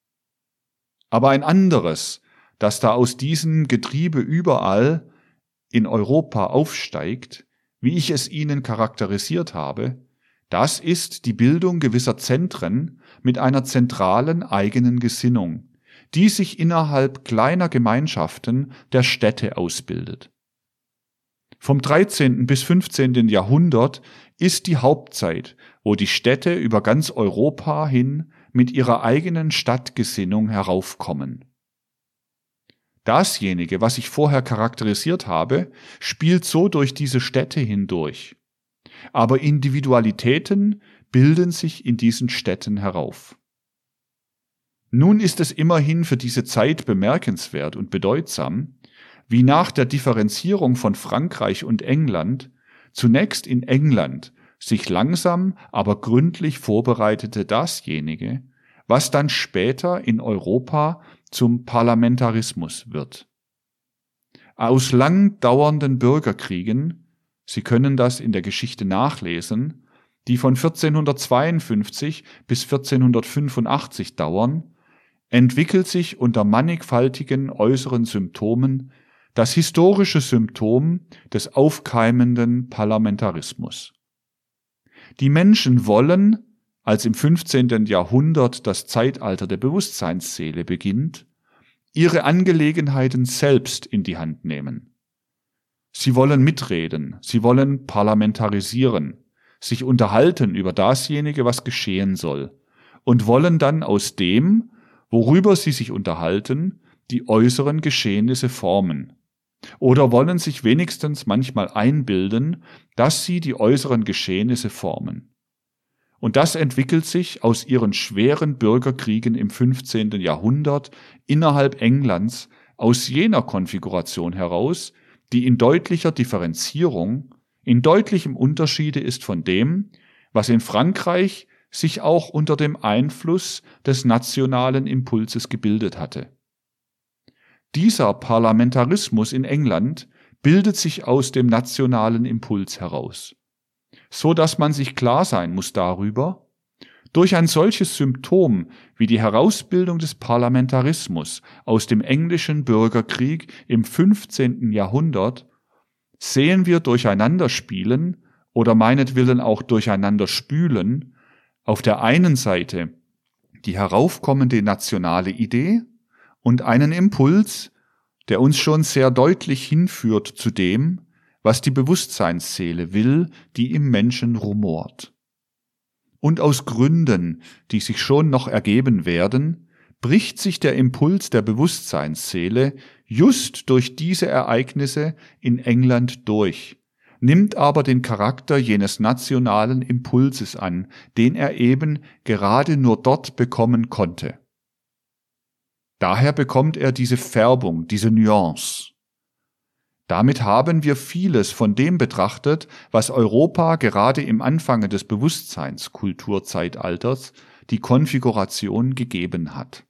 S1: Aber ein anderes, das da aus diesem Getriebe überall in Europa aufsteigt, wie ich es Ihnen charakterisiert habe, das ist die Bildung gewisser Zentren mit einer zentralen eigenen Gesinnung, die sich innerhalb kleiner Gemeinschaften der Städte ausbildet. Vom dreizehnten bis fünfzehnten Jahrhundert ist die Hauptzeit, wo die Städte über ganz Europa hin mit ihrer eigenen Stadtgesinnung heraufkommen. Dasjenige, was ich vorher charakterisiert habe, spielt so durch diese Städte hindurch. Aber Individualitäten bilden sich in diesen Städten herauf. Nun ist es immerhin für diese Zeit bemerkenswert und bedeutsam, wie nach der Differenzierung von Frankreich und England zunächst in England sich langsam, aber gründlich vorbereitete dasjenige, was dann später in Europa zum Parlamentarismus wird. Aus lang dauernden Bürgerkriegen, Sie können das in der Geschichte nachlesen, die von vierzehnhundertzweiundfünfzig bis vierzehnhundertfünfundachtzig dauern, entwickelt sich unter mannigfaltigen äußeren Symptomen das historische Symptom des aufkeimenden Parlamentarismus. Die Menschen wollen, als im fünfzehnten Jahrhundert das Zeitalter der Bewusstseinsseele beginnt, ihre Angelegenheiten selbst in die Hand nehmen. Sie wollen mitreden, sie wollen parlamentarisieren, sich unterhalten über dasjenige, was geschehen soll, und wollen dann aus dem, worüber sie sich unterhalten, die äußeren Geschehnisse formen. Oder wollen sich wenigstens manchmal einbilden, dass sie die äußeren Geschehnisse formen. Und das entwickelt sich aus ihren schweren Bürgerkriegen im fünfzehnten Jahrhundert innerhalb Englands aus jener Konfiguration heraus, die in deutlicher Differenzierung, in deutlichem Unterschiede ist von dem, was in Frankreich sich auch unter dem Einfluss des nationalen Impulses gebildet hatte. Dieser Parlamentarismus in England bildet sich aus dem nationalen Impuls heraus, so dass man sich klar sein muss darüber, durch ein solches Symptom wie die Herausbildung des Parlamentarismus aus dem englischen Bürgerkrieg im fünfzehnten Jahrhundert sehen wir durcheinander spielen oder meinetwillen auch durcheinander spülen auf der einen Seite die heraufkommende nationale Idee und einen Impuls, der uns schon sehr deutlich hinführt zu dem, was die Bewusstseinsseele will, die im Menschen rumort. Und aus Gründen, die sich schon noch ergeben werden, bricht sich der Impuls der Bewusstseinsseele just durch diese Ereignisse in England durch, nimmt aber den Charakter jenes nationalen Impulses an, den er eben gerade nur dort bekommen konnte. Daher bekommt er diese Färbung, diese Nuance. Damit haben wir vieles von dem betrachtet, was Europa gerade im Anfang des Bewusstseinskulturzeitalters die Konfiguration gegeben hat.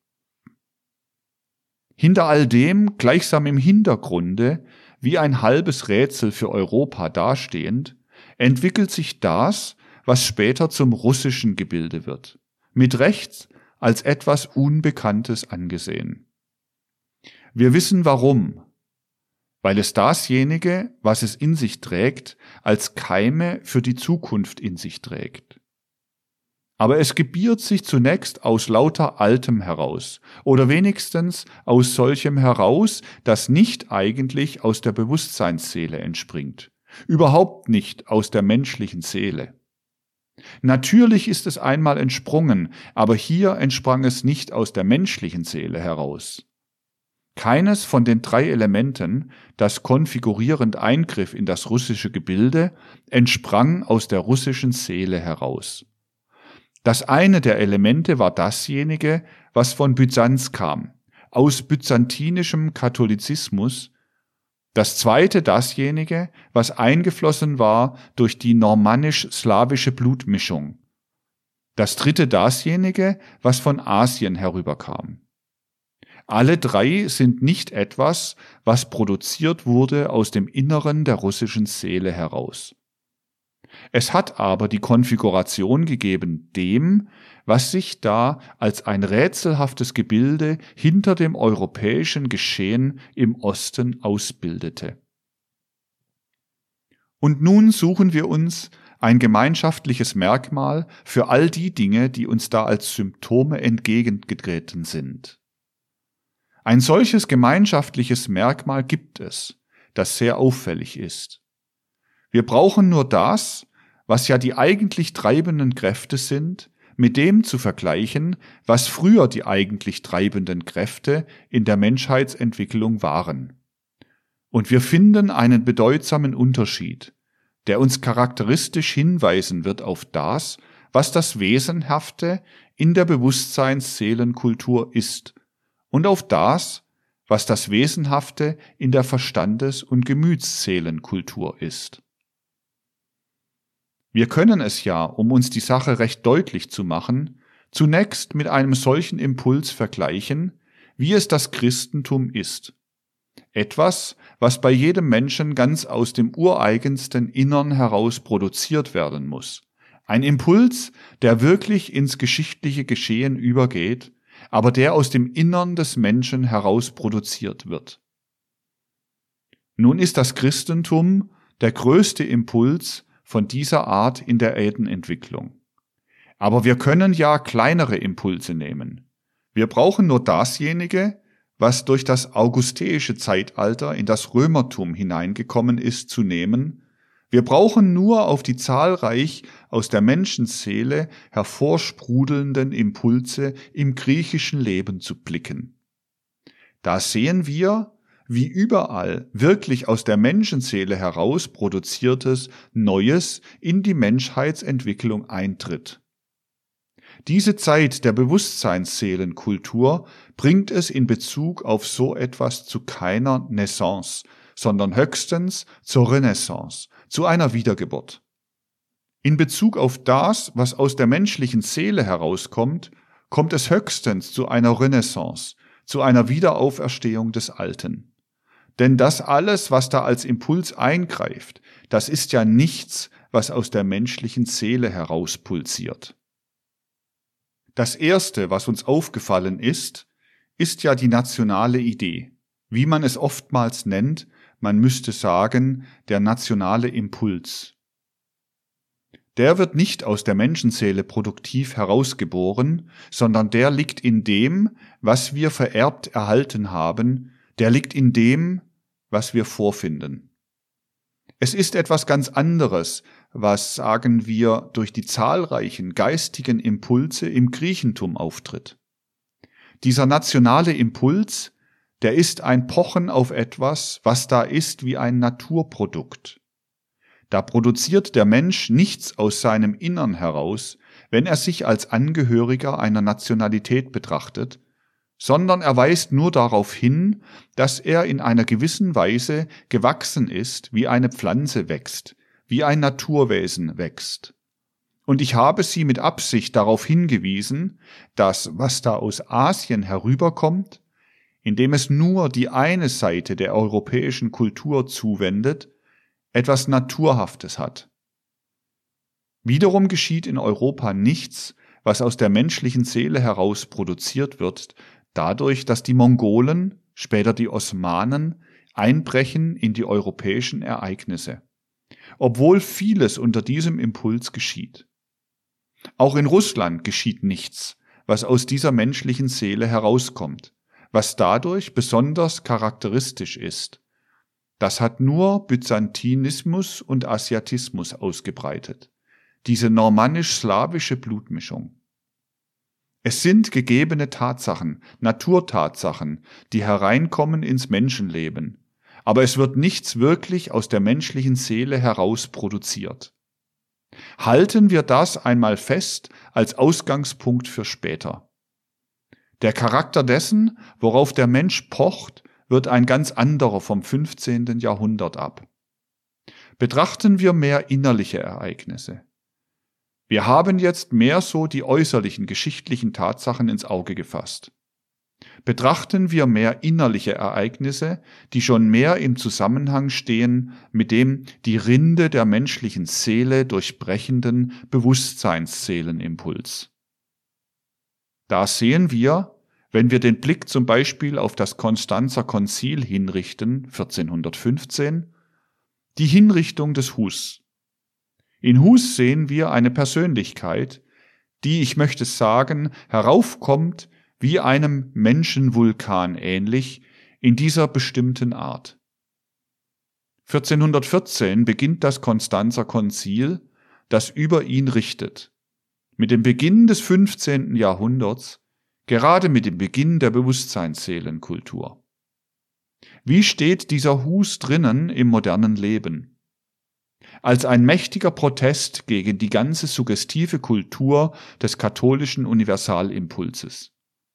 S1: Hinter all dem, gleichsam im Hintergrunde, wie ein halbes Rätsel für Europa dastehend, entwickelt sich das, was später zum russischen Gebilde wird, mit Recht als etwas Unbekanntes angesehen. Wir wissen warum, weil es dasjenige, was es in sich trägt, als Keime für die Zukunft in sich trägt. Aber es gebiert sich zunächst aus lauter Altem heraus, oder wenigstens aus solchem heraus, das nicht eigentlich aus der Bewusstseinsseele entspringt, überhaupt nicht aus der menschlichen Seele. Natürlich ist es einmal entsprungen, aber hier entsprang es nicht aus der menschlichen Seele heraus. Keines von den drei Elementen, das konfigurierend eingriff in das russische Gebilde, entsprang aus der russischen Seele heraus. Das eine der Elemente war dasjenige, was von Byzanz kam, aus byzantinischem Katholizismus, das zweite dasjenige, was eingeflossen war durch die normannisch-slawische Blutmischung, das dritte dasjenige, was von Asien herüberkam. Alle drei sind nicht etwas, was produziert wurde aus dem Inneren der russischen Seele heraus. Es hat aber die Konfiguration gegeben dem, was sich da als ein rätselhaftes Gebilde hinter dem europäischen Geschehen im Osten ausbildete. Und nun suchen wir uns ein gemeinschaftliches Merkmal für all die Dinge, die uns da als Symptome entgegengetreten sind. Ein solches gemeinschaftliches Merkmal gibt es, das sehr auffällig ist. Wir brauchen nur das, was ja die eigentlich treibenden Kräfte sind, mit dem zu vergleichen, was früher die eigentlich treibenden Kräfte in der Menschheitsentwicklung waren. Und wir finden einen bedeutsamen Unterschied, der uns charakteristisch hinweisen wird auf das, was das Wesenhafte in der Bewusstseinsseelenkultur ist, und auf das, was das Wesenhafte in der Verstandes- und Gemütsseelenkultur ist. Wir können es ja, um uns die Sache recht deutlich zu machen, zunächst mit einem solchen Impuls vergleichen, wie es das Christentum ist. Etwas, was bei jedem Menschen ganz aus dem ureigensten Innern heraus produziert werden muss. Ein Impuls, der wirklich ins geschichtliche Geschehen übergeht, aber der aus dem Innern des Menschen heraus produziert wird. Nun ist das Christentum der größte Impuls von dieser Art in der Erdenentwicklung. Aber wir können ja kleinere Impulse nehmen. Wir brauchen nur dasjenige, was durch das augusteische Zeitalter in das Römertum hineingekommen ist, zu nehmen. Wir brauchen nur auf die zahlreich aus der Menschenseele hervorsprudelnden Impulse im griechischen Leben zu blicken. Da sehen wir, wie überall wirklich aus der Menschenseele heraus produziertes Neues in die Menschheitsentwicklung eintritt. Diese Zeit der Bewusstseinsseelenkultur bringt es in Bezug auf so etwas zu keiner Naissance, sondern höchstens zur Renaissance, zu einer Wiedergeburt. In Bezug auf das, was aus der menschlichen Seele herauskommt, kommt es höchstens zu einer Renaissance, zu einer Wiederauferstehung des Alten. Denn das alles, was da als Impuls eingreift, das ist ja nichts, was aus der menschlichen Seele heraus pulsiert. Das Erste, was uns aufgefallen ist, ist ja die nationale Idee. Wie man es oftmals nennt, man müsste sagen, der nationale Impuls. Der wird nicht aus der Menschenseele produktiv herausgeboren, sondern der liegt in dem, was wir vererbt erhalten haben, der liegt in dem, was wir vorfinden. Es ist etwas ganz anderes, was, sagen wir, durch die zahlreichen geistigen Impulse im Griechentum auftritt. Dieser nationale Impuls, der ist ein Pochen auf etwas, was da ist wie ein Naturprodukt. Da produziert der Mensch nichts aus seinem Innern heraus, wenn er sich als Angehöriger einer Nationalität betrachtet, sondern er weist nur darauf hin, dass er in einer gewissen Weise gewachsen ist, wie eine Pflanze wächst, wie ein Naturwesen wächst. Und ich habe Sie mit Absicht darauf hingewiesen, dass, was da aus Asien herüberkommt, indem es nur die eine Seite der europäischen Kultur zuwendet, etwas Naturhaftes hat. Wiederum geschieht in Europa nichts, was aus der menschlichen Seele heraus produziert wird, dadurch, dass die Mongolen, später die Osmanen, einbrechen in die europäischen Ereignisse, obwohl vieles unter diesem Impuls geschieht. Auch in Russland geschieht nichts, was aus dieser menschlichen Seele herauskommt, was dadurch besonders charakteristisch ist. Das hat nur Byzantinismus und Asiatismus ausgebreitet, diese normannisch-slawische Blutmischung. Es sind gegebene Tatsachen, Naturtatsachen, die hereinkommen ins Menschenleben, aber es wird nichts wirklich aus der menschlichen Seele heraus produziert. Halten wir das einmal fest als Ausgangspunkt für später. Der Charakter dessen, worauf der Mensch pocht, wird ein ganz anderer vom fünfzehnten Jahrhundert ab. Betrachten wir mehr innerliche Ereignisse. Wir haben jetzt mehr so die äußerlichen geschichtlichen Tatsachen ins Auge gefasst. Betrachten wir mehr innerliche Ereignisse, die schon mehr im Zusammenhang stehen mit dem die Rinde der menschlichen Seele durchbrechenden Bewusstseinsseelenimpuls. Da sehen wir, wenn wir den Blick zum Beispiel auf das Konstanzer Konzil hinrichten, vierzehnhundertfünfzehn, die Hinrichtung des Hus. In Hus sehen wir eine Persönlichkeit, die, ich möchte sagen, heraufkommt wie einem Menschenvulkan ähnlich in dieser bestimmten Art. vierzehnhundertvierzehn beginnt das Konstanzer Konzil, das über ihn richtet. Mit dem Beginn des fünfzehnten Jahrhunderts, gerade mit dem Beginn der Bewusstseinsseelenkultur. Wie steht dieser Hus drinnen im modernen Leben? Als ein mächtiger Protest gegen die ganze suggestive Kultur des katholischen Universalimpulses.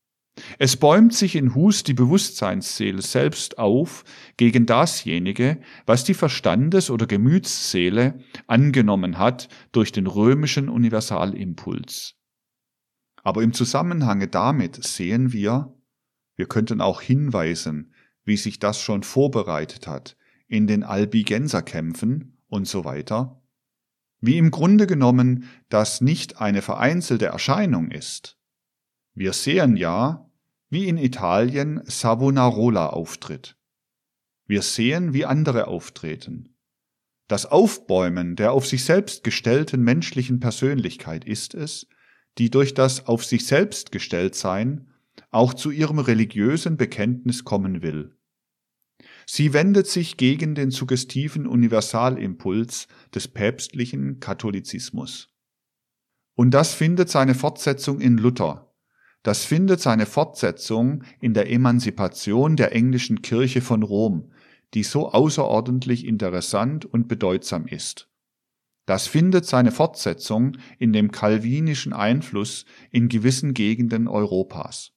S1: Es bäumt sich in Hus die Bewusstseinsseele selbst auf gegen dasjenige, was die Verstandes- oder Gemütsseele angenommen hat durch den römischen Universalimpuls. Aber im Zusammenhange damit sehen wir, wir könnten auch hinweisen, wie sich das schon vorbereitet hat in den Albigenserkämpfen und so weiter, wie im Grunde genommen das nicht eine vereinzelte Erscheinung ist. Wir sehen ja, wie in Italien Savonarola auftritt. Wir sehen, wie andere auftreten. Das Aufbäumen der auf sich selbst gestellten menschlichen Persönlichkeit ist es, die durch das auf sich selbst gestellt sein auch zu ihrem religiösen Bekenntnis kommen will. Sie wendet sich gegen den suggestiven Universalimpuls des päpstlichen Katholizismus. Und das findet seine Fortsetzung in Luther. Das findet seine Fortsetzung in der Emanzipation der englischen Kirche von Rom, die so außerordentlich interessant und bedeutsam ist. Das findet seine Fortsetzung in dem calvinischen Einfluss in gewissen Gegenden Europas.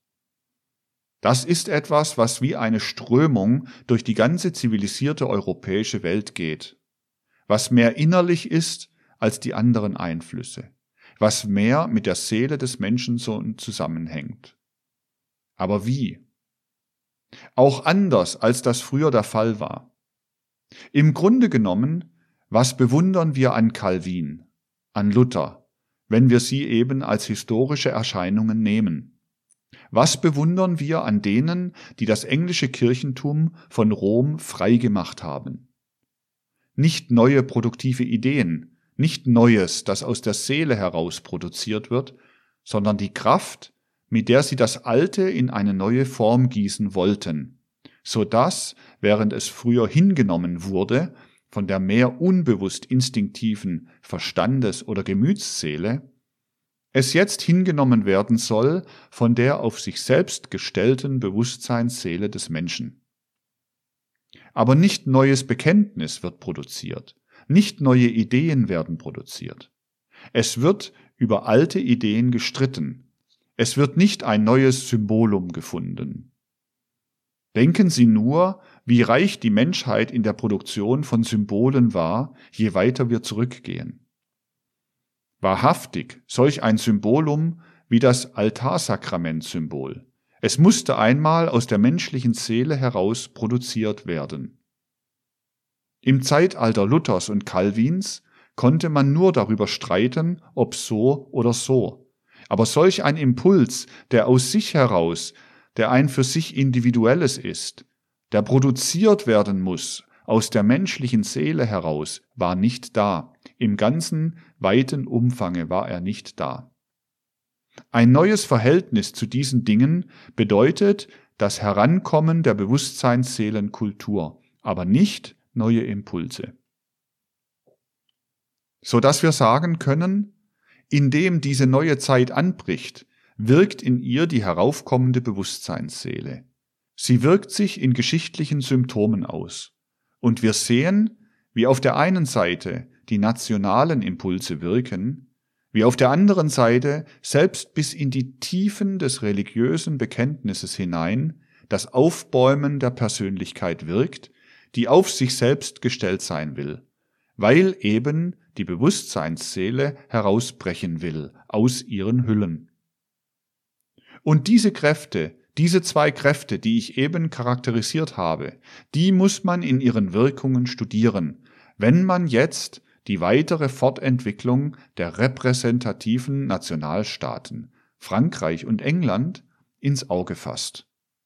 S1: Das ist etwas, was wie eine Strömung durch die ganze zivilisierte europäische Welt geht, was mehr innerlich ist als die anderen Einflüsse, was mehr mit der Seele des Menschen so zusammenhängt. Aber wie? Auch anders, als das früher der Fall war. Im Grunde genommen, was bewundern wir an Calvin, an Luther, wenn wir sie eben als historische Erscheinungen nehmen? Was bewundern wir an denen, die das englische Kirchentum von Rom frei gemacht haben? Nicht neue produktive Ideen, nicht Neues, das aus der Seele heraus produziert wird, sondern die Kraft, mit der sie das Alte in eine neue Form gießen wollten, so dass, während es früher hingenommen wurde, von der mehr unbewusst instinktiven Verstandes- oder Gemütsseele, es jetzt hingenommen werden soll von der auf sich selbst gestellten Bewusstseinsseele des Menschen. Aber nicht neues Bekenntnis wird produziert, nicht neue Ideen werden produziert. Es wird über alte Ideen gestritten. Es wird nicht ein neues Symbolum gefunden. Denken Sie nur, wie reich die Menschheit in der Produktion von Symbolen war, je weiter wir zurückgehen. Wahrhaftig, solch ein Symbolum wie das Altarsakrament-Symbol. Es musste einmal aus der menschlichen Seele heraus produziert werden. Im Zeitalter Luthers und Calvins konnte man nur darüber streiten, ob so oder so. Aber solch ein Impuls, der aus sich heraus, der ein für sich Individuelles ist, der produziert werden muss, aus der menschlichen Seele heraus, war nicht da. Im ganzen, weiten Umfange war er nicht da. Ein neues Verhältnis zu diesen Dingen bedeutet das Herankommen der Bewusstseinsseelenkultur, aber nicht neue Impulse. So dass wir sagen können, indem diese neue Zeit anbricht, wirkt in ihr die heraufkommende Bewusstseinsseele. Sie wirkt sich in geschichtlichen Symptomen aus. Und wir sehen, wie auf der einen Seite die nationalen Impulse wirken, wie auf der anderen Seite selbst bis in die Tiefen des religiösen Bekenntnisses hinein das Aufbäumen der Persönlichkeit wirkt, die auf sich selbst gestellt sein will, weil eben die Bewusstseinsseele herausbrechen will aus ihren Hüllen. Und diese Kräfte, diese zwei Kräfte, die ich eben charakterisiert habe, die muss man in ihren Wirkungen studieren, wenn man jetzt die weitere Fortentwicklung der repräsentativen Nationalstaaten, Frankreich und England, ins Auge fasst.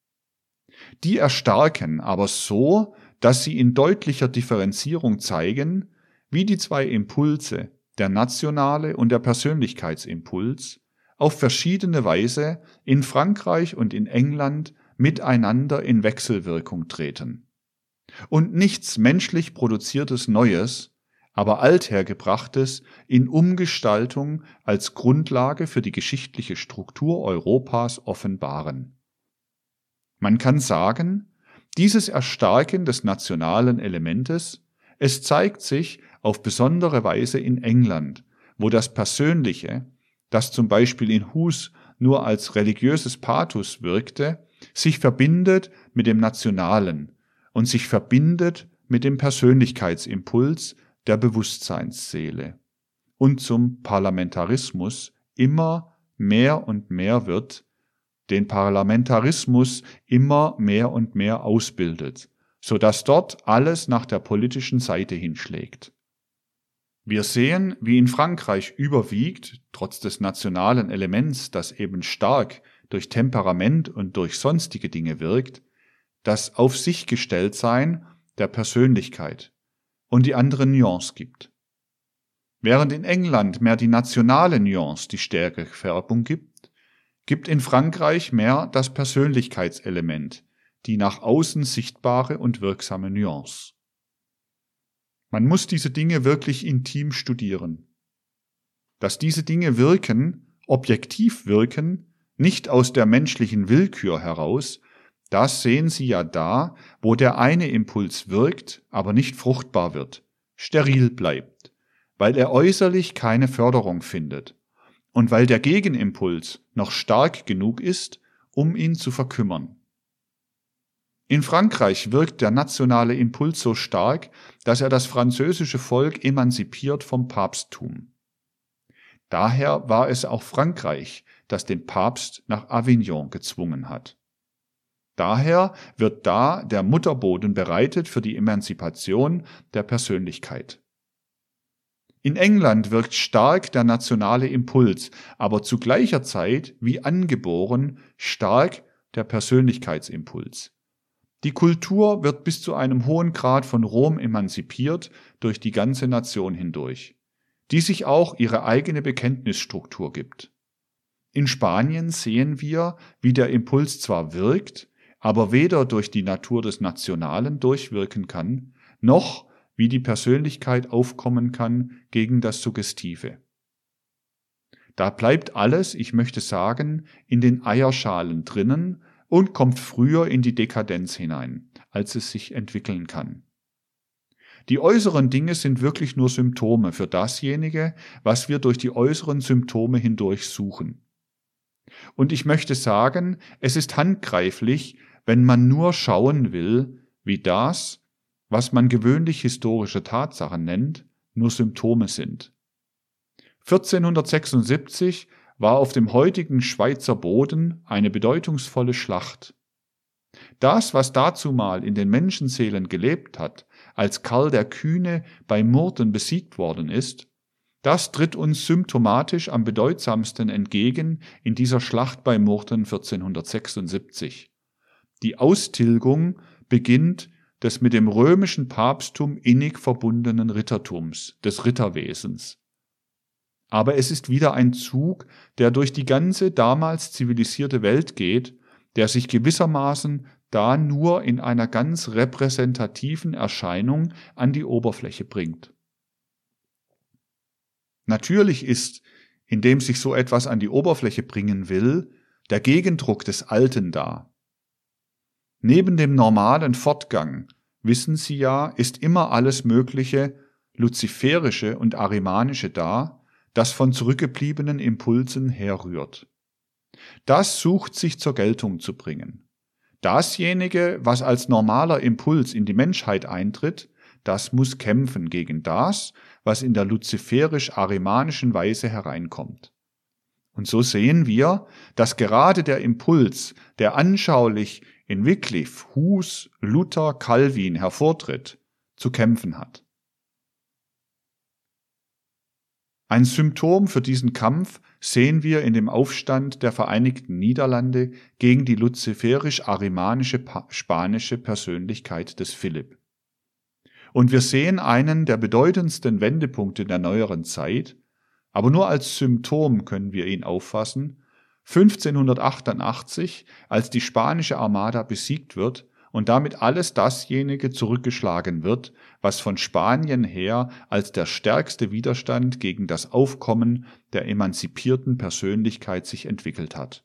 S1: Die erstarken aber so, dass sie in deutlicher Differenzierung zeigen, wie die zwei Impulse, der nationale und der Persönlichkeitsimpuls, auf verschiedene Weise in Frankreich und in England miteinander in Wechselwirkung treten. Und nichts menschlich produziertes Neues, aber althergebrachtes in Umgestaltung als Grundlage für die geschichtliche Struktur Europas offenbaren. Man kann sagen, dieses Erstarken des nationalen Elementes, es zeigt sich auf besondere Weise in England, wo das Persönliche, das zum Beispiel in Hus nur als religiöses Pathos wirkte, sich verbindet mit dem Nationalen und sich verbindet mit dem Persönlichkeitsimpuls der Bewusstseinsseele und zum Parlamentarismus immer mehr und mehr wird, den Parlamentarismus immer mehr und mehr ausbildet, so dass dort alles nach der politischen Seite hinschlägt. Wir sehen, wie in Frankreich überwiegt, trotz des nationalen Elements, das eben stark durch Temperament und durch sonstige Dinge wirkt, das Auf sich gestellt Sein der Persönlichkeit und die andere Nuance gibt. Während in England mehr die nationale Nuance die stärkere Färbung gibt, gibt in Frankreich mehr das Persönlichkeitselement, die nach außen sichtbare und wirksame Nuance. Man muss diese Dinge wirklich intim studieren. Dass diese Dinge wirken, objektiv wirken, nicht aus der menschlichen Willkür heraus, das sehen Sie ja da, wo der eine Impuls wirkt, aber nicht fruchtbar wird, steril bleibt, weil er äußerlich keine Förderung findet und weil der Gegenimpuls noch stark genug ist, um ihn zu verkümmern. In Frankreich wirkt der nationale Impuls so stark, dass er das französische Volk emanzipiert vom Papsttum. Daher war es auch Frankreich, das den Papst nach Avignon gezwungen hat. Daher wird da der Mutterboden bereitet für die Emanzipation der Persönlichkeit. In England wirkt stark der nationale Impuls, aber zu gleicher Zeit, wie angeboren, stark der Persönlichkeitsimpuls. Die Kultur wird bis zu einem hohen Grad von Rom emanzipiert durch die ganze Nation hindurch, die sich auch ihre eigene Bekenntnisstruktur gibt. In Spanien sehen wir, wie der Impuls zwar wirkt, aber weder durch die Natur des Nationalen durchwirken kann, noch wie die Persönlichkeit aufkommen kann gegen das Suggestive. Da bleibt alles, ich möchte sagen, in den Eierschalen drinnen und kommt früher in die Dekadenz hinein, als es sich entwickeln kann. Die äußeren Dinge sind wirklich nur Symptome für dasjenige, was wir durch die äußeren Symptome hindurch suchen. Und ich möchte sagen, es ist handgreiflich, wenn man nur schauen will, wie das, was man gewöhnlich historische Tatsachen nennt, nur Symptome sind. vierzehnhundertsechsundsiebzig war auf dem heutigen Schweizer Boden eine bedeutungsvolle Schlacht. Das, was dazumal in den Menschenseelen gelebt hat, als Karl der Kühne bei Murten besiegt worden ist, das tritt uns symptomatisch am bedeutsamsten entgegen in dieser Schlacht bei Murten vierzehnhundertsechsundsiebzig. Die Austilgung beginnt des mit dem römischen Papsttum innig verbundenen Rittertums, des Ritterwesens. Aber es ist wieder ein Zug, der durch die ganze damals zivilisierte Welt geht, der sich gewissermaßen da nur in einer ganz repräsentativen Erscheinung an die Oberfläche bringt. Natürlich ist, indem sich so etwas an die Oberfläche bringen will, der Gegendruck des Alten da. Neben dem normalen Fortgang, wissen Sie ja, ist immer alles Mögliche luziferische und arimanische dar, das von zurückgebliebenen Impulsen herrührt. Das sucht sich zur Geltung zu bringen. Dasjenige, was als normaler Impuls in die Menschheit eintritt, das muss kämpfen gegen das, was in der luziferisch-arimanischen Weise hereinkommt. Und so sehen wir, dass gerade der Impuls, der anschaulich in Wycliffe, Hus, Luther, Calvin hervortritt, zu kämpfen hat. Ein Symptom für diesen Kampf sehen wir in dem Aufstand der Vereinigten Niederlande gegen die luziferisch-arimanische spanische Persönlichkeit des Philipp. Und wir sehen einen der bedeutendsten Wendepunkte der neueren Zeit, aber nur als Symptom können wir ihn auffassen, fünfzehnhundertachtundachtzig, als die spanische Armada besiegt wird und damit alles dasjenige zurückgeschlagen wird, was von Spanien her als der stärkste Widerstand gegen das Aufkommen der emanzipierten Persönlichkeit sich entwickelt hat.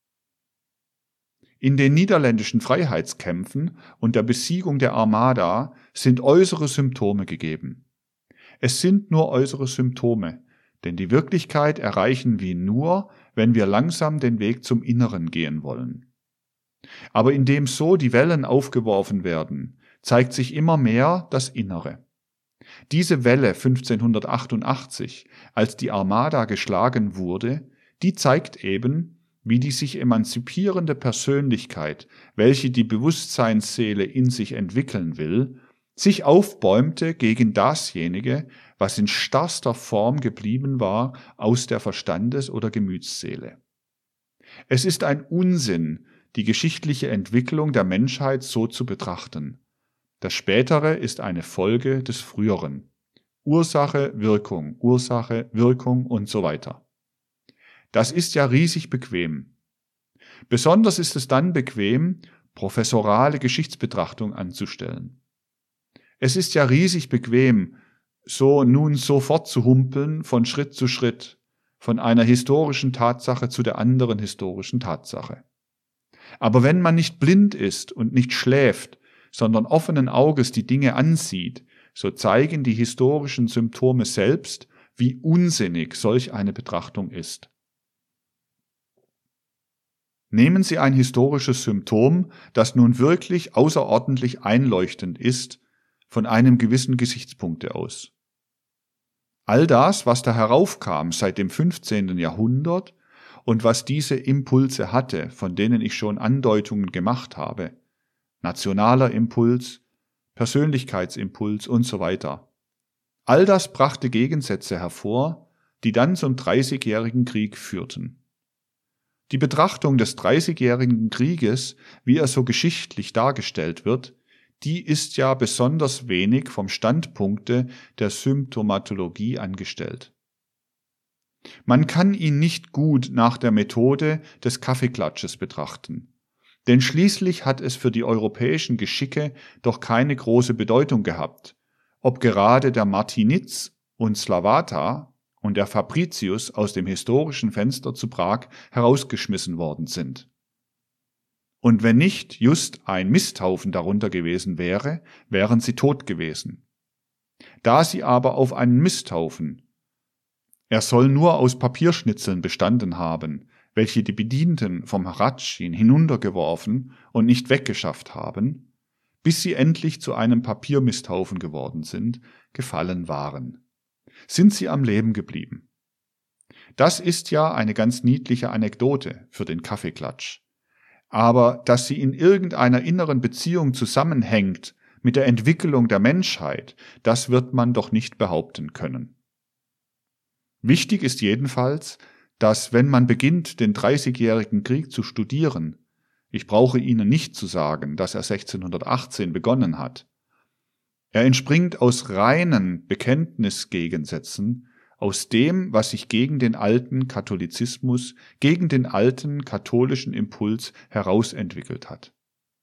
S1: In den niederländischen Freiheitskämpfen und der Besiegung der Armada sind äußere Symptome gegeben. Es sind nur äußere Symptome, denn die Wirklichkeit erreichen wir nur, wenn wir langsam den Weg zum Inneren gehen wollen. Aber indem so die Wellen aufgeworfen werden, zeigt sich immer mehr das Innere. Diese Welle fünfzehnhundertachtundachtzig, als die Armada geschlagen wurde, die zeigt eben, wie die sich emanzipierende Persönlichkeit, welche die Bewusstseinsseele in sich entwickeln will, sich aufbäumte gegen dasjenige, was in starrster Form geblieben war aus der Verstandes- oder Gemütsseele. Es ist ein Unsinn, die geschichtliche Entwicklung der Menschheit so zu betrachten. Das Spätere ist eine Folge des Früheren. Ursache, Wirkung, Ursache, Wirkung und so weiter. Das ist ja riesig bequem. Besonders ist es dann bequem, professorale Geschichtsbetrachtung anzustellen. Es ist ja riesig bequem, so nun sofort zu humpeln von Schritt zu Schritt, von einer historischen Tatsache zu der anderen historischen Tatsache. Aber wenn man nicht blind ist und nicht schläft, sondern offenen Auges die Dinge ansieht, so zeigen die historischen Symptome selbst, wie unsinnig solch eine Betrachtung ist. Nehmen Sie ein historisches Symptom, das nun wirklich außerordentlich einleuchtend ist, von einem gewissen Gesichtspunkte aus. All das, was da heraufkam seit dem fünfzehnten Jahrhundert und was diese Impulse hatte, von denen ich schon Andeutungen gemacht habe, nationaler Impuls, Persönlichkeitsimpuls und so weiter. All das brachte Gegensätze hervor, die dann zum Dreißigjährigen Krieg führten. Die Betrachtung des Dreißigjährigen Krieges, wie er so geschichtlich dargestellt wird, die ist ja besonders wenig vom Standpunkte der Symptomatologie angestellt. Man kann ihn nicht gut nach der Methode des Kaffeeklatsches betrachten, denn schließlich hat es für die europäischen Geschicke doch keine große Bedeutung gehabt, ob gerade der Martinitz und Slavata und der Fabricius aus dem historischen Fenster zu Prag herausgeschmissen worden sind. Und wenn nicht just ein Misthaufen darunter gewesen wäre, wären sie tot gewesen. Da sie aber auf einen Misthaufen, er soll nur aus Papierschnitzeln bestanden haben, welche die Bedienten vom Hradschin hinuntergeworfen und nicht weggeschafft haben, bis sie endlich zu einem Papiermisthaufen geworden sind, gefallen waren. Sind sie am Leben geblieben. Das ist ja eine ganz niedliche Anekdote für den Kaffeeklatsch. Aber dass sie in irgendeiner inneren Beziehung zusammenhängt mit der Entwicklung der Menschheit, das wird man doch nicht behaupten können. Wichtig ist jedenfalls, dass wenn man beginnt, den Dreißigjährigen Krieg zu studieren, ich brauche Ihnen nicht zu sagen, dass er sechzehnhundertachtzehn begonnen hat, er entspringt aus reinen Bekenntnisgegensätzen, aus dem, was sich gegen den alten Katholizismus, gegen den alten katholischen Impuls herausentwickelt hat.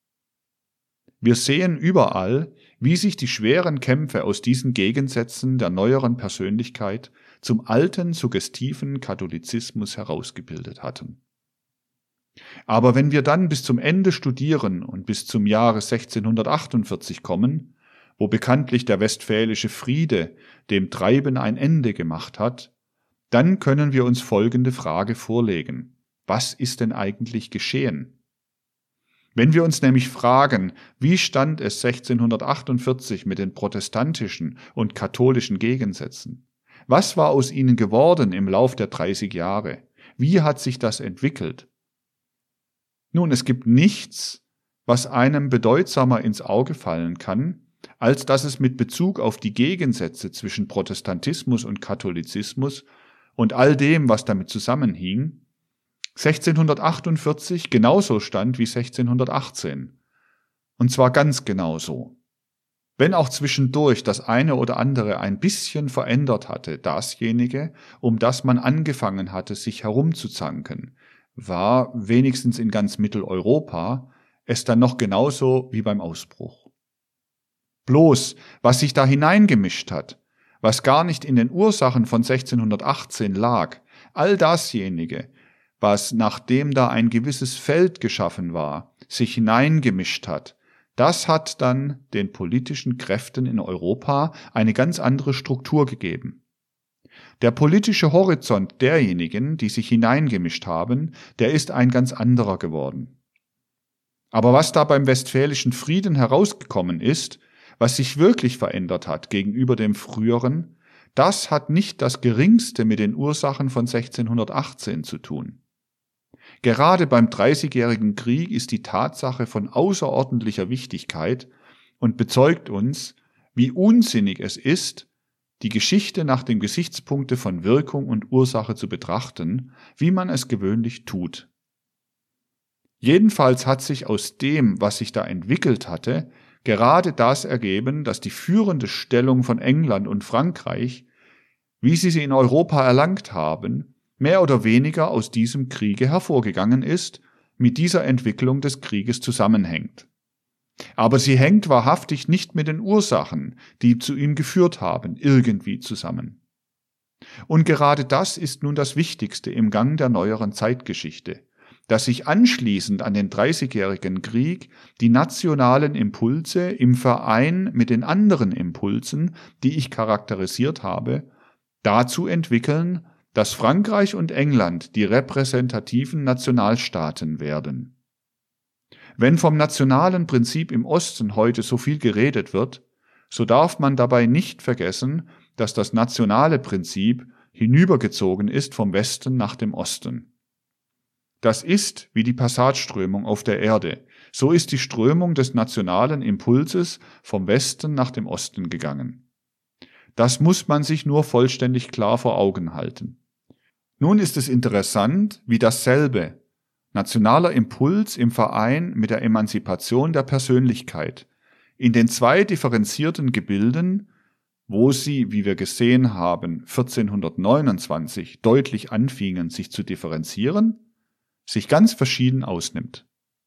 S1: Wir sehen überall, wie sich die schweren Kämpfe aus diesen Gegensätzen der neueren Persönlichkeit zum alten suggestiven Katholizismus herausgebildet hatten. Aber wenn wir dann bis zum Ende studieren und bis zum Jahre sechzehnhundertachtundvierzig kommen, wo bekanntlich der Westfälische Friede dem Treiben ein Ende gemacht hat, dann können wir uns folgende Frage vorlegen. Was ist denn eigentlich geschehen? Wenn wir uns nämlich fragen, wie stand es sechzehnhundertachtundvierzig mit den protestantischen und katholischen Gegensätzen? Was war aus ihnen geworden im Lauf der dreißig Jahre? Wie hat sich das entwickelt? Nun, es gibt nichts, was einem bedeutsamer ins Auge fallen kann, als dass es mit Bezug auf die Gegensätze zwischen Protestantismus und Katholizismus und all dem, was damit zusammenhing, sechzehnhundertachtundvierzig genauso stand wie sechzehnhundertachtzehn. Und zwar ganz genauso. Wenn auch zwischendurch das eine oder andere ein bisschen verändert hatte, dasjenige, um das man angefangen hatte, sich herumzuzanken, war, wenigstens in ganz Mitteleuropa, es dann noch genauso wie beim Ausbruch. Bloß, was sich da hineingemischt hat, was gar nicht in den Ursachen von sechzehnhundertachtzehn lag, all dasjenige, was, nachdem da ein gewisses Feld geschaffen war, sich hineingemischt hat, das hat dann den politischen Kräften in Europa eine ganz andere Struktur gegeben. Der politische Horizont derjenigen, die sich hineingemischt haben, der ist ein ganz anderer geworden. Aber was da beim Westfälischen Frieden herausgekommen ist, was sich wirklich verändert hat gegenüber dem früheren, das hat nicht das Geringste mit den Ursachen von sechzehnhundertachtzehn zu tun. Gerade beim Dreißigjährigen Krieg ist die Tatsache von außerordentlicher Wichtigkeit und bezeugt uns, wie unsinnig es ist, die Geschichte nach dem Gesichtspunkte von Wirkung und Ursache zu betrachten, wie man es gewöhnlich tut. Jedenfalls hat sich aus dem, was sich da entwickelt hatte, gerade das ergeben, dass die führende Stellung von England und Frankreich, wie sie sie in Europa erlangt haben, mehr oder weniger aus diesem Kriege hervorgegangen ist, mit dieser Entwicklung des Krieges zusammenhängt. Aber sie hängt wahrhaftig nicht mit den Ursachen, die zu ihm geführt haben, irgendwie zusammen. Und gerade das ist nun das Wichtigste im Gang der neueren Zeitgeschichte, dass sich anschließend an den Dreißigjährigen Krieg die nationalen Impulse im Verein mit den anderen Impulsen, die ich charakterisiert habe, dazu entwickeln, dass Frankreich und England die repräsentativen Nationalstaaten werden. Wenn vom nationalen Prinzip im Osten heute so viel geredet wird, so darf man dabei nicht vergessen, dass das nationale Prinzip hinübergezogen ist vom Westen nach dem Osten. Das ist wie die Passatströmung auf der Erde, so ist die Strömung des nationalen Impulses vom Westen nach dem Osten gegangen. Das muss man sich nur vollständig klar vor Augen halten. Nun ist es interessant, wie dasselbe, nationaler Impuls im Verein mit der Emanzipation der Persönlichkeit, in den zwei differenzierten Gebilden, wo sie, wie wir gesehen haben, vierzehnhundertneunundzwanzig deutlich anfingen, sich zu differenzieren, sich ganz verschieden ausnimmt.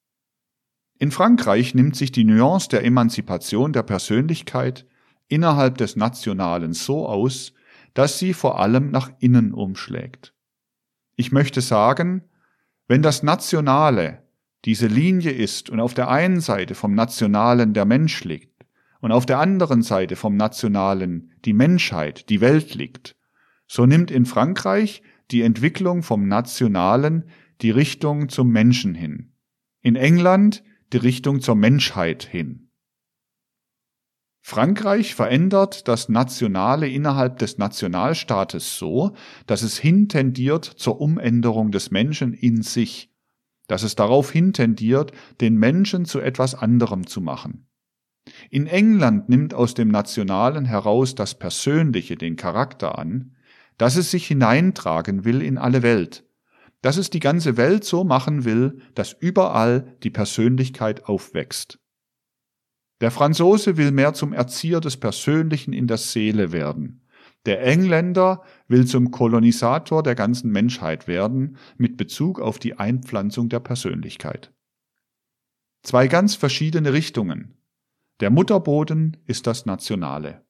S1: In Frankreich nimmt sich die Nuance der Emanzipation der Persönlichkeit innerhalb des Nationalen so aus, dass sie vor allem nach innen umschlägt. Ich möchte sagen, wenn das Nationale diese Linie ist und auf der einen Seite vom Nationalen der Mensch liegt und auf der anderen Seite vom Nationalen die Menschheit, die Welt liegt, so nimmt in Frankreich die Entwicklung vom Nationalen die Richtung zum Menschen hin, in England die Richtung zur Menschheit hin. Frankreich verändert das Nationale innerhalb des Nationalstaates so, dass es hintendiert zur Umänderung des Menschen in sich, dass es darauf hintendiert, den Menschen zu etwas anderem zu machen. In England nimmt aus dem Nationalen heraus das Persönliche den Charakter an, dass es sich hineintragen will in alle Welt, dass es die ganze Welt so machen will, dass überall die Persönlichkeit aufwächst. Der Franzose will mehr zum Erzieher des Persönlichen in der Seele werden. Der Engländer will zum Kolonisator der ganzen Menschheit werden, mit Bezug auf die Einpflanzung der Persönlichkeit. Zwei ganz verschiedene Richtungen. Der Mutterboden ist das Nationale.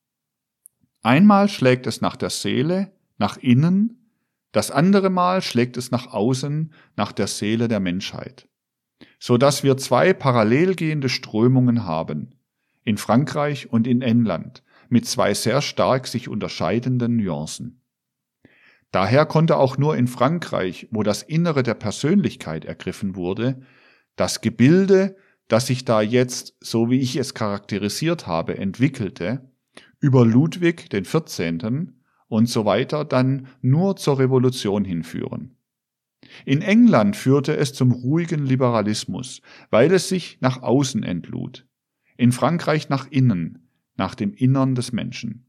S1: Einmal schlägt es nach der Seele, nach innen, das andere Mal schlägt es nach außen, nach der Seele der Menschheit, so dass wir zwei parallel gehende Strömungen haben. in Frankreich und in England, mit zwei sehr stark sich unterscheidenden Nuancen. Daher konnte auch nur in Frankreich, wo das Innere der Persönlichkeit ergriffen wurde, das Gebilde, das sich da jetzt, so wie ich es charakterisiert habe, entwickelte, über Ludwig den vierzehnten und so weiter dann nur zur Revolution hinführen. In England führte es zum ruhigen Liberalismus, weil es sich nach außen entlud, in Frankreich nach innen, nach dem Innern des Menschen.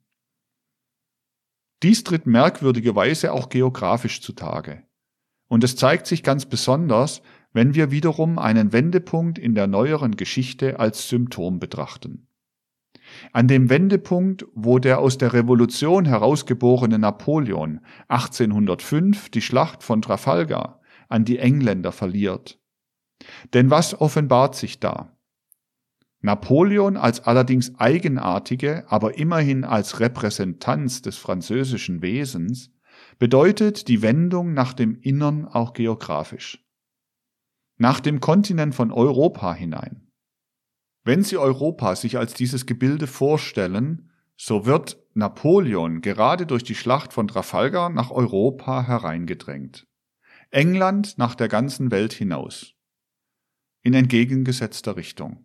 S1: Dies tritt merkwürdigerweise auch geografisch zutage. Und es zeigt sich ganz besonders, wenn wir wiederum einen Wendepunkt in der neueren Geschichte als Symptom betrachten. An dem Wendepunkt, wo der aus der Revolution herausgeborene Napoleon achtzehnhundertfünf die Schlacht von Trafalgar an die Engländer verliert. Denn was offenbart sich da? Napoleon als allerdings eigenartige, aber immerhin als Repräsentanz des französischen Wesens bedeutet die Wendung nach dem Innern auch geografisch. Nach dem Kontinent von Europa hinein. Wenn Sie Europa sich als dieses Gebilde vorstellen, so wird Napoleon gerade durch die Schlacht von Trafalgar nach Europa hereingedrängt. England nach der ganzen Welt hinaus. In entgegengesetzter Richtung.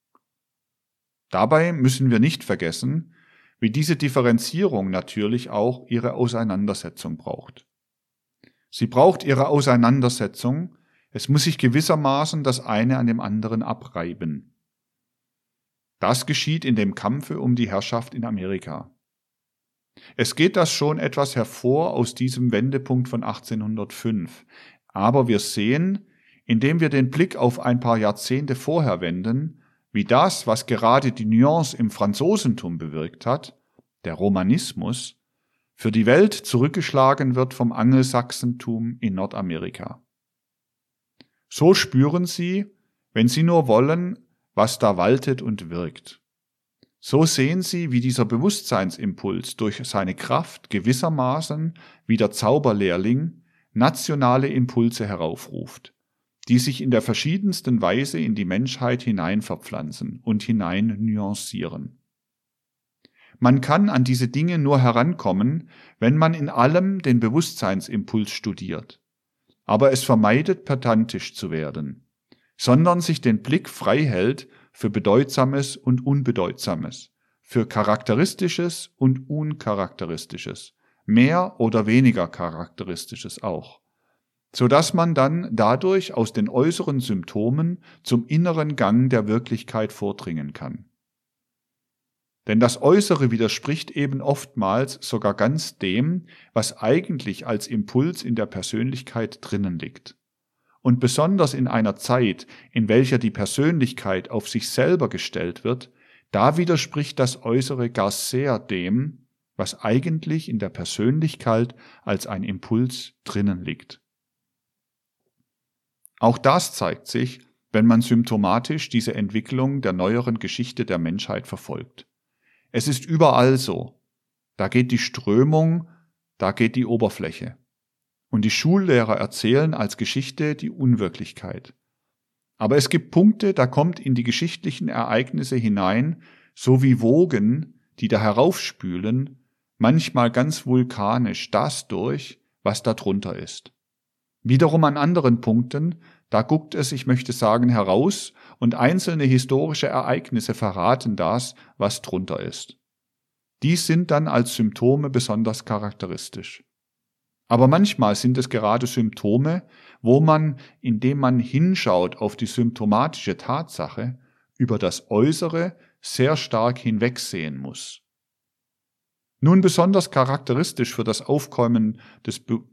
S1: Dabei müssen wir nicht vergessen, wie diese Differenzierung natürlich auch ihre Auseinandersetzung braucht. Sie braucht ihre Auseinandersetzung, es muss sich gewissermaßen das eine an dem anderen abreiben. Das geschieht in dem Kampfe um die Herrschaft in Amerika. Es geht das schon etwas hervor aus diesem Wendepunkt von achtzehnhundertfünf, aber wir sehen, indem wir den Blick auf ein paar Jahrzehnte vorher wenden, wie das, was gerade die Nuance im Franzosentum bewirkt hat, der Romanismus, für die Welt zurückgeschlagen wird vom Angelsachsentum in Nordamerika. So spüren Sie, wenn Sie nur wollen, was da waltet und wirkt. So sehen Sie, wie dieser Bewusstseinsimpuls durch seine Kraft gewissermaßen wie der Zauberlehrling nationale Impulse heraufruft, die sich in der verschiedensten Weise in die Menschheit hineinverpflanzen und hinein nuancieren. Man kann an diese Dinge nur herankommen, wenn man in allem den Bewusstseinsimpuls studiert, aber es vermeidet, pedantisch zu werden, sondern sich den Blick frei hält für Bedeutsames und Unbedeutsames, für Charakteristisches und Uncharakteristisches, mehr oder weniger Charakteristisches auch, so dass man dann dadurch aus den äußeren Symptomen zum inneren Gang der Wirklichkeit vordringen kann. Denn das Äußere widerspricht eben oftmals sogar ganz dem, was eigentlich als Impuls in der Persönlichkeit drinnen liegt. Und besonders in einer Zeit, in welcher die Persönlichkeit auf sich selber gestellt wird, da widerspricht das Äußere gar sehr dem, was eigentlich in der Persönlichkeit als ein Impuls drinnen liegt. Auch das zeigt sich, wenn man symptomatisch diese Entwicklung der neueren Geschichte der Menschheit verfolgt. Es ist überall so. Da geht die Strömung, da geht die Oberfläche. Und die Schullehrer erzählen als Geschichte die Unwirklichkeit. Aber es gibt Punkte, da kommt in die geschichtlichen Ereignisse hinein, so wie Wogen, die da heraufspülen, manchmal ganz vulkanisch das durch, was da drunter ist. Wiederum an anderen Punkten, da guckt es, ich möchte sagen, heraus und einzelne historische Ereignisse verraten das, was drunter ist. Dies sind dann als Symptome besonders charakteristisch. Aber manchmal sind es gerade Symptome, wo man, indem man hinschaut auf die symptomatische Tatsache, über das Äußere sehr stark hinwegsehen muss. Nun besonders charakteristisch für das Aufkommen des Be-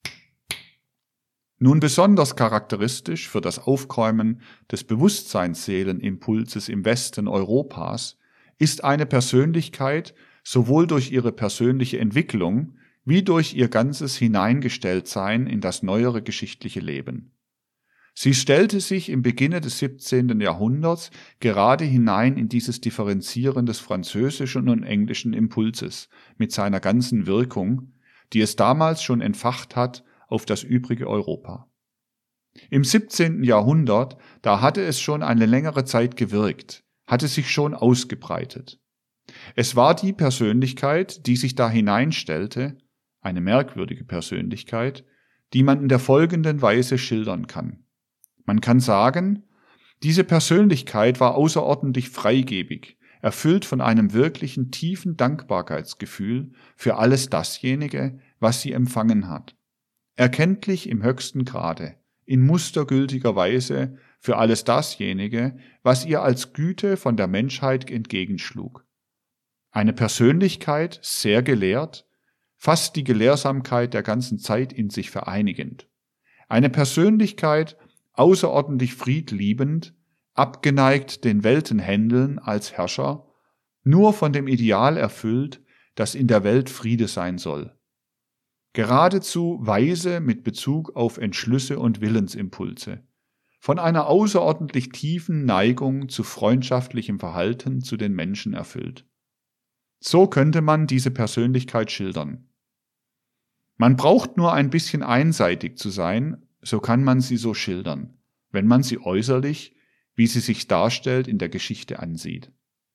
S1: Nun besonders charakteristisch für das Aufkommen des Bewusstseinsseelenimpulses im Westen Europas ist eine Persönlichkeit sowohl durch ihre persönliche Entwicklung wie durch ihr ganzes Hineingestelltsein in das neuere geschichtliche Leben. Sie stellte sich im Beginne des siebzehnten Jahrhunderts gerade hinein in dieses Differenzieren des französischen und englischen Impulses mit seiner ganzen Wirkung, die es damals schon entfacht hat auf das übrige Europa. Im siebzehnten Jahrhundert, da hatte es schon eine längere Zeit gewirkt, hatte sich schon ausgebreitet. Es war die Persönlichkeit, die sich da hineinstellte, eine merkwürdige Persönlichkeit, die man in der folgenden Weise schildern kann. Man kann sagen, diese Persönlichkeit war außerordentlich freigebig, erfüllt von einem wirklichen tiefen Dankbarkeitsgefühl für alles dasjenige, was sie empfangen hat. Erkenntlich im höchsten Grade, in mustergültiger Weise für alles dasjenige, was ihr als Güte von der Menschheit entgegenschlug. Eine Persönlichkeit, sehr gelehrt, fast die Gelehrsamkeit der ganzen Zeit in sich vereinigend. Eine Persönlichkeit, außerordentlich friedliebend, abgeneigt den Weltenhändeln als Herrscher, nur von dem Ideal erfüllt, dass in der Welt Friede sein soll. Geradezu weise mit Bezug auf Entschlüsse und Willensimpulse, von einer außerordentlich tiefen Neigung zu freundschaftlichem Verhalten zu den Menschen erfüllt. So könnte man diese Persönlichkeit schildern. Man braucht nur ein bisschen einseitig zu sein, so kann man sie so schildern, wenn man sie äußerlich, wie sie sich darstellt, in der Geschichte ansieht.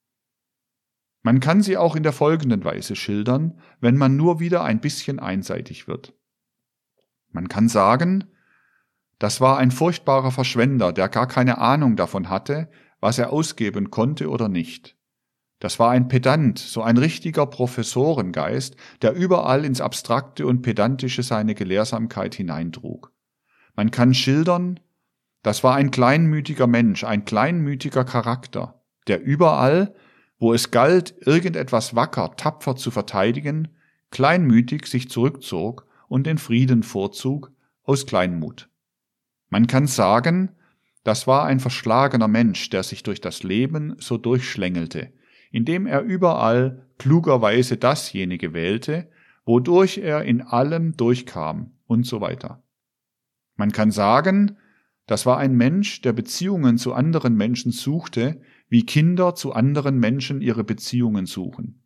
S1: Man kann sie auch in der folgenden Weise schildern, wenn man nur wieder ein bisschen einseitig wird. Man kann sagen, das war ein furchtbarer Verschwender, der gar keine Ahnung davon hatte, was er ausgeben konnte oder nicht. Das war ein Pedant, so ein richtiger Professorengeist, der überall ins Abstrakte und Pedantische seine Gelehrsamkeit hineintrug. Man kann schildern, das war ein kleinmütiger Mensch, ein kleinmütiger Charakter, der überall, wo es galt, irgendetwas wacker, tapfer zu verteidigen, kleinmütig sich zurückzog und den Frieden vorzog, aus Kleinmut. Man kann sagen, das war ein verschlagener Mensch, der sich durch das Leben so durchschlängelte, indem er überall klugerweise dasjenige wählte, wodurch er in allem durchkam und so weiter. Man kann sagen, das war ein Mensch, der Beziehungen zu anderen Menschen suchte, wie Kinder zu anderen Menschen ihre Beziehungen suchen.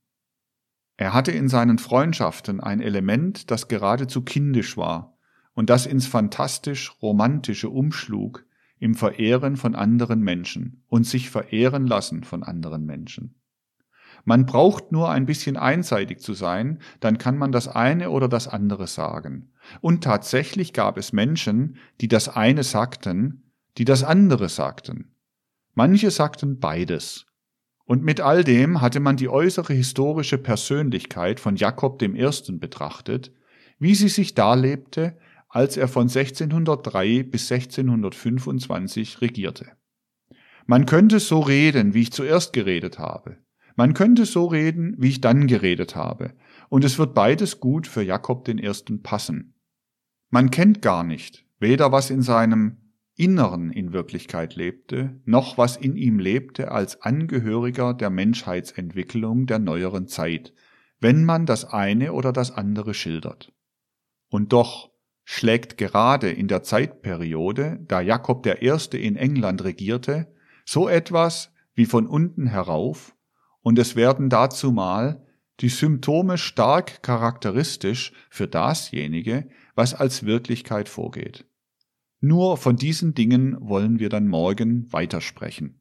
S1: Er hatte in seinen Freundschaften ein Element, das geradezu kindisch war und das ins fantastisch-romantische umschlug im Verehren von anderen Menschen und sich verehren lassen von anderen Menschen. Man braucht nur ein bisschen einseitig zu sein, dann kann man das eine oder das andere sagen. Und tatsächlich gab es Menschen, die das eine sagten, die das andere sagten. Manche sagten beides. Und mit all dem hatte man die äußere historische Persönlichkeit von Jakob dem Ersten betrachtet, wie sie sich darlebte, als er von sechzehnhundertdrei bis sechzehnhundertfünfundzwanzig regierte. Man könnte so reden, wie ich zuerst geredet habe. Man könnte so reden, wie ich dann geredet habe, und es wird beides gut für Jakob den Ersten passen. Man kennt gar nicht, weder was in seinem Inneren in Wirklichkeit lebte, noch was in ihm lebte als Angehöriger der Menschheitsentwicklung der neueren Zeit, wenn man das eine oder das andere schildert. Und doch schlägt gerade in der Zeitperiode, da Jakob der Erste in England regierte, so etwas wie von unten herauf, und es werden dazumal die Symptome stark charakteristisch für dasjenige, was als Wirklichkeit vorgeht. Nur von diesen Dingen wollen wir dann morgen weitersprechen.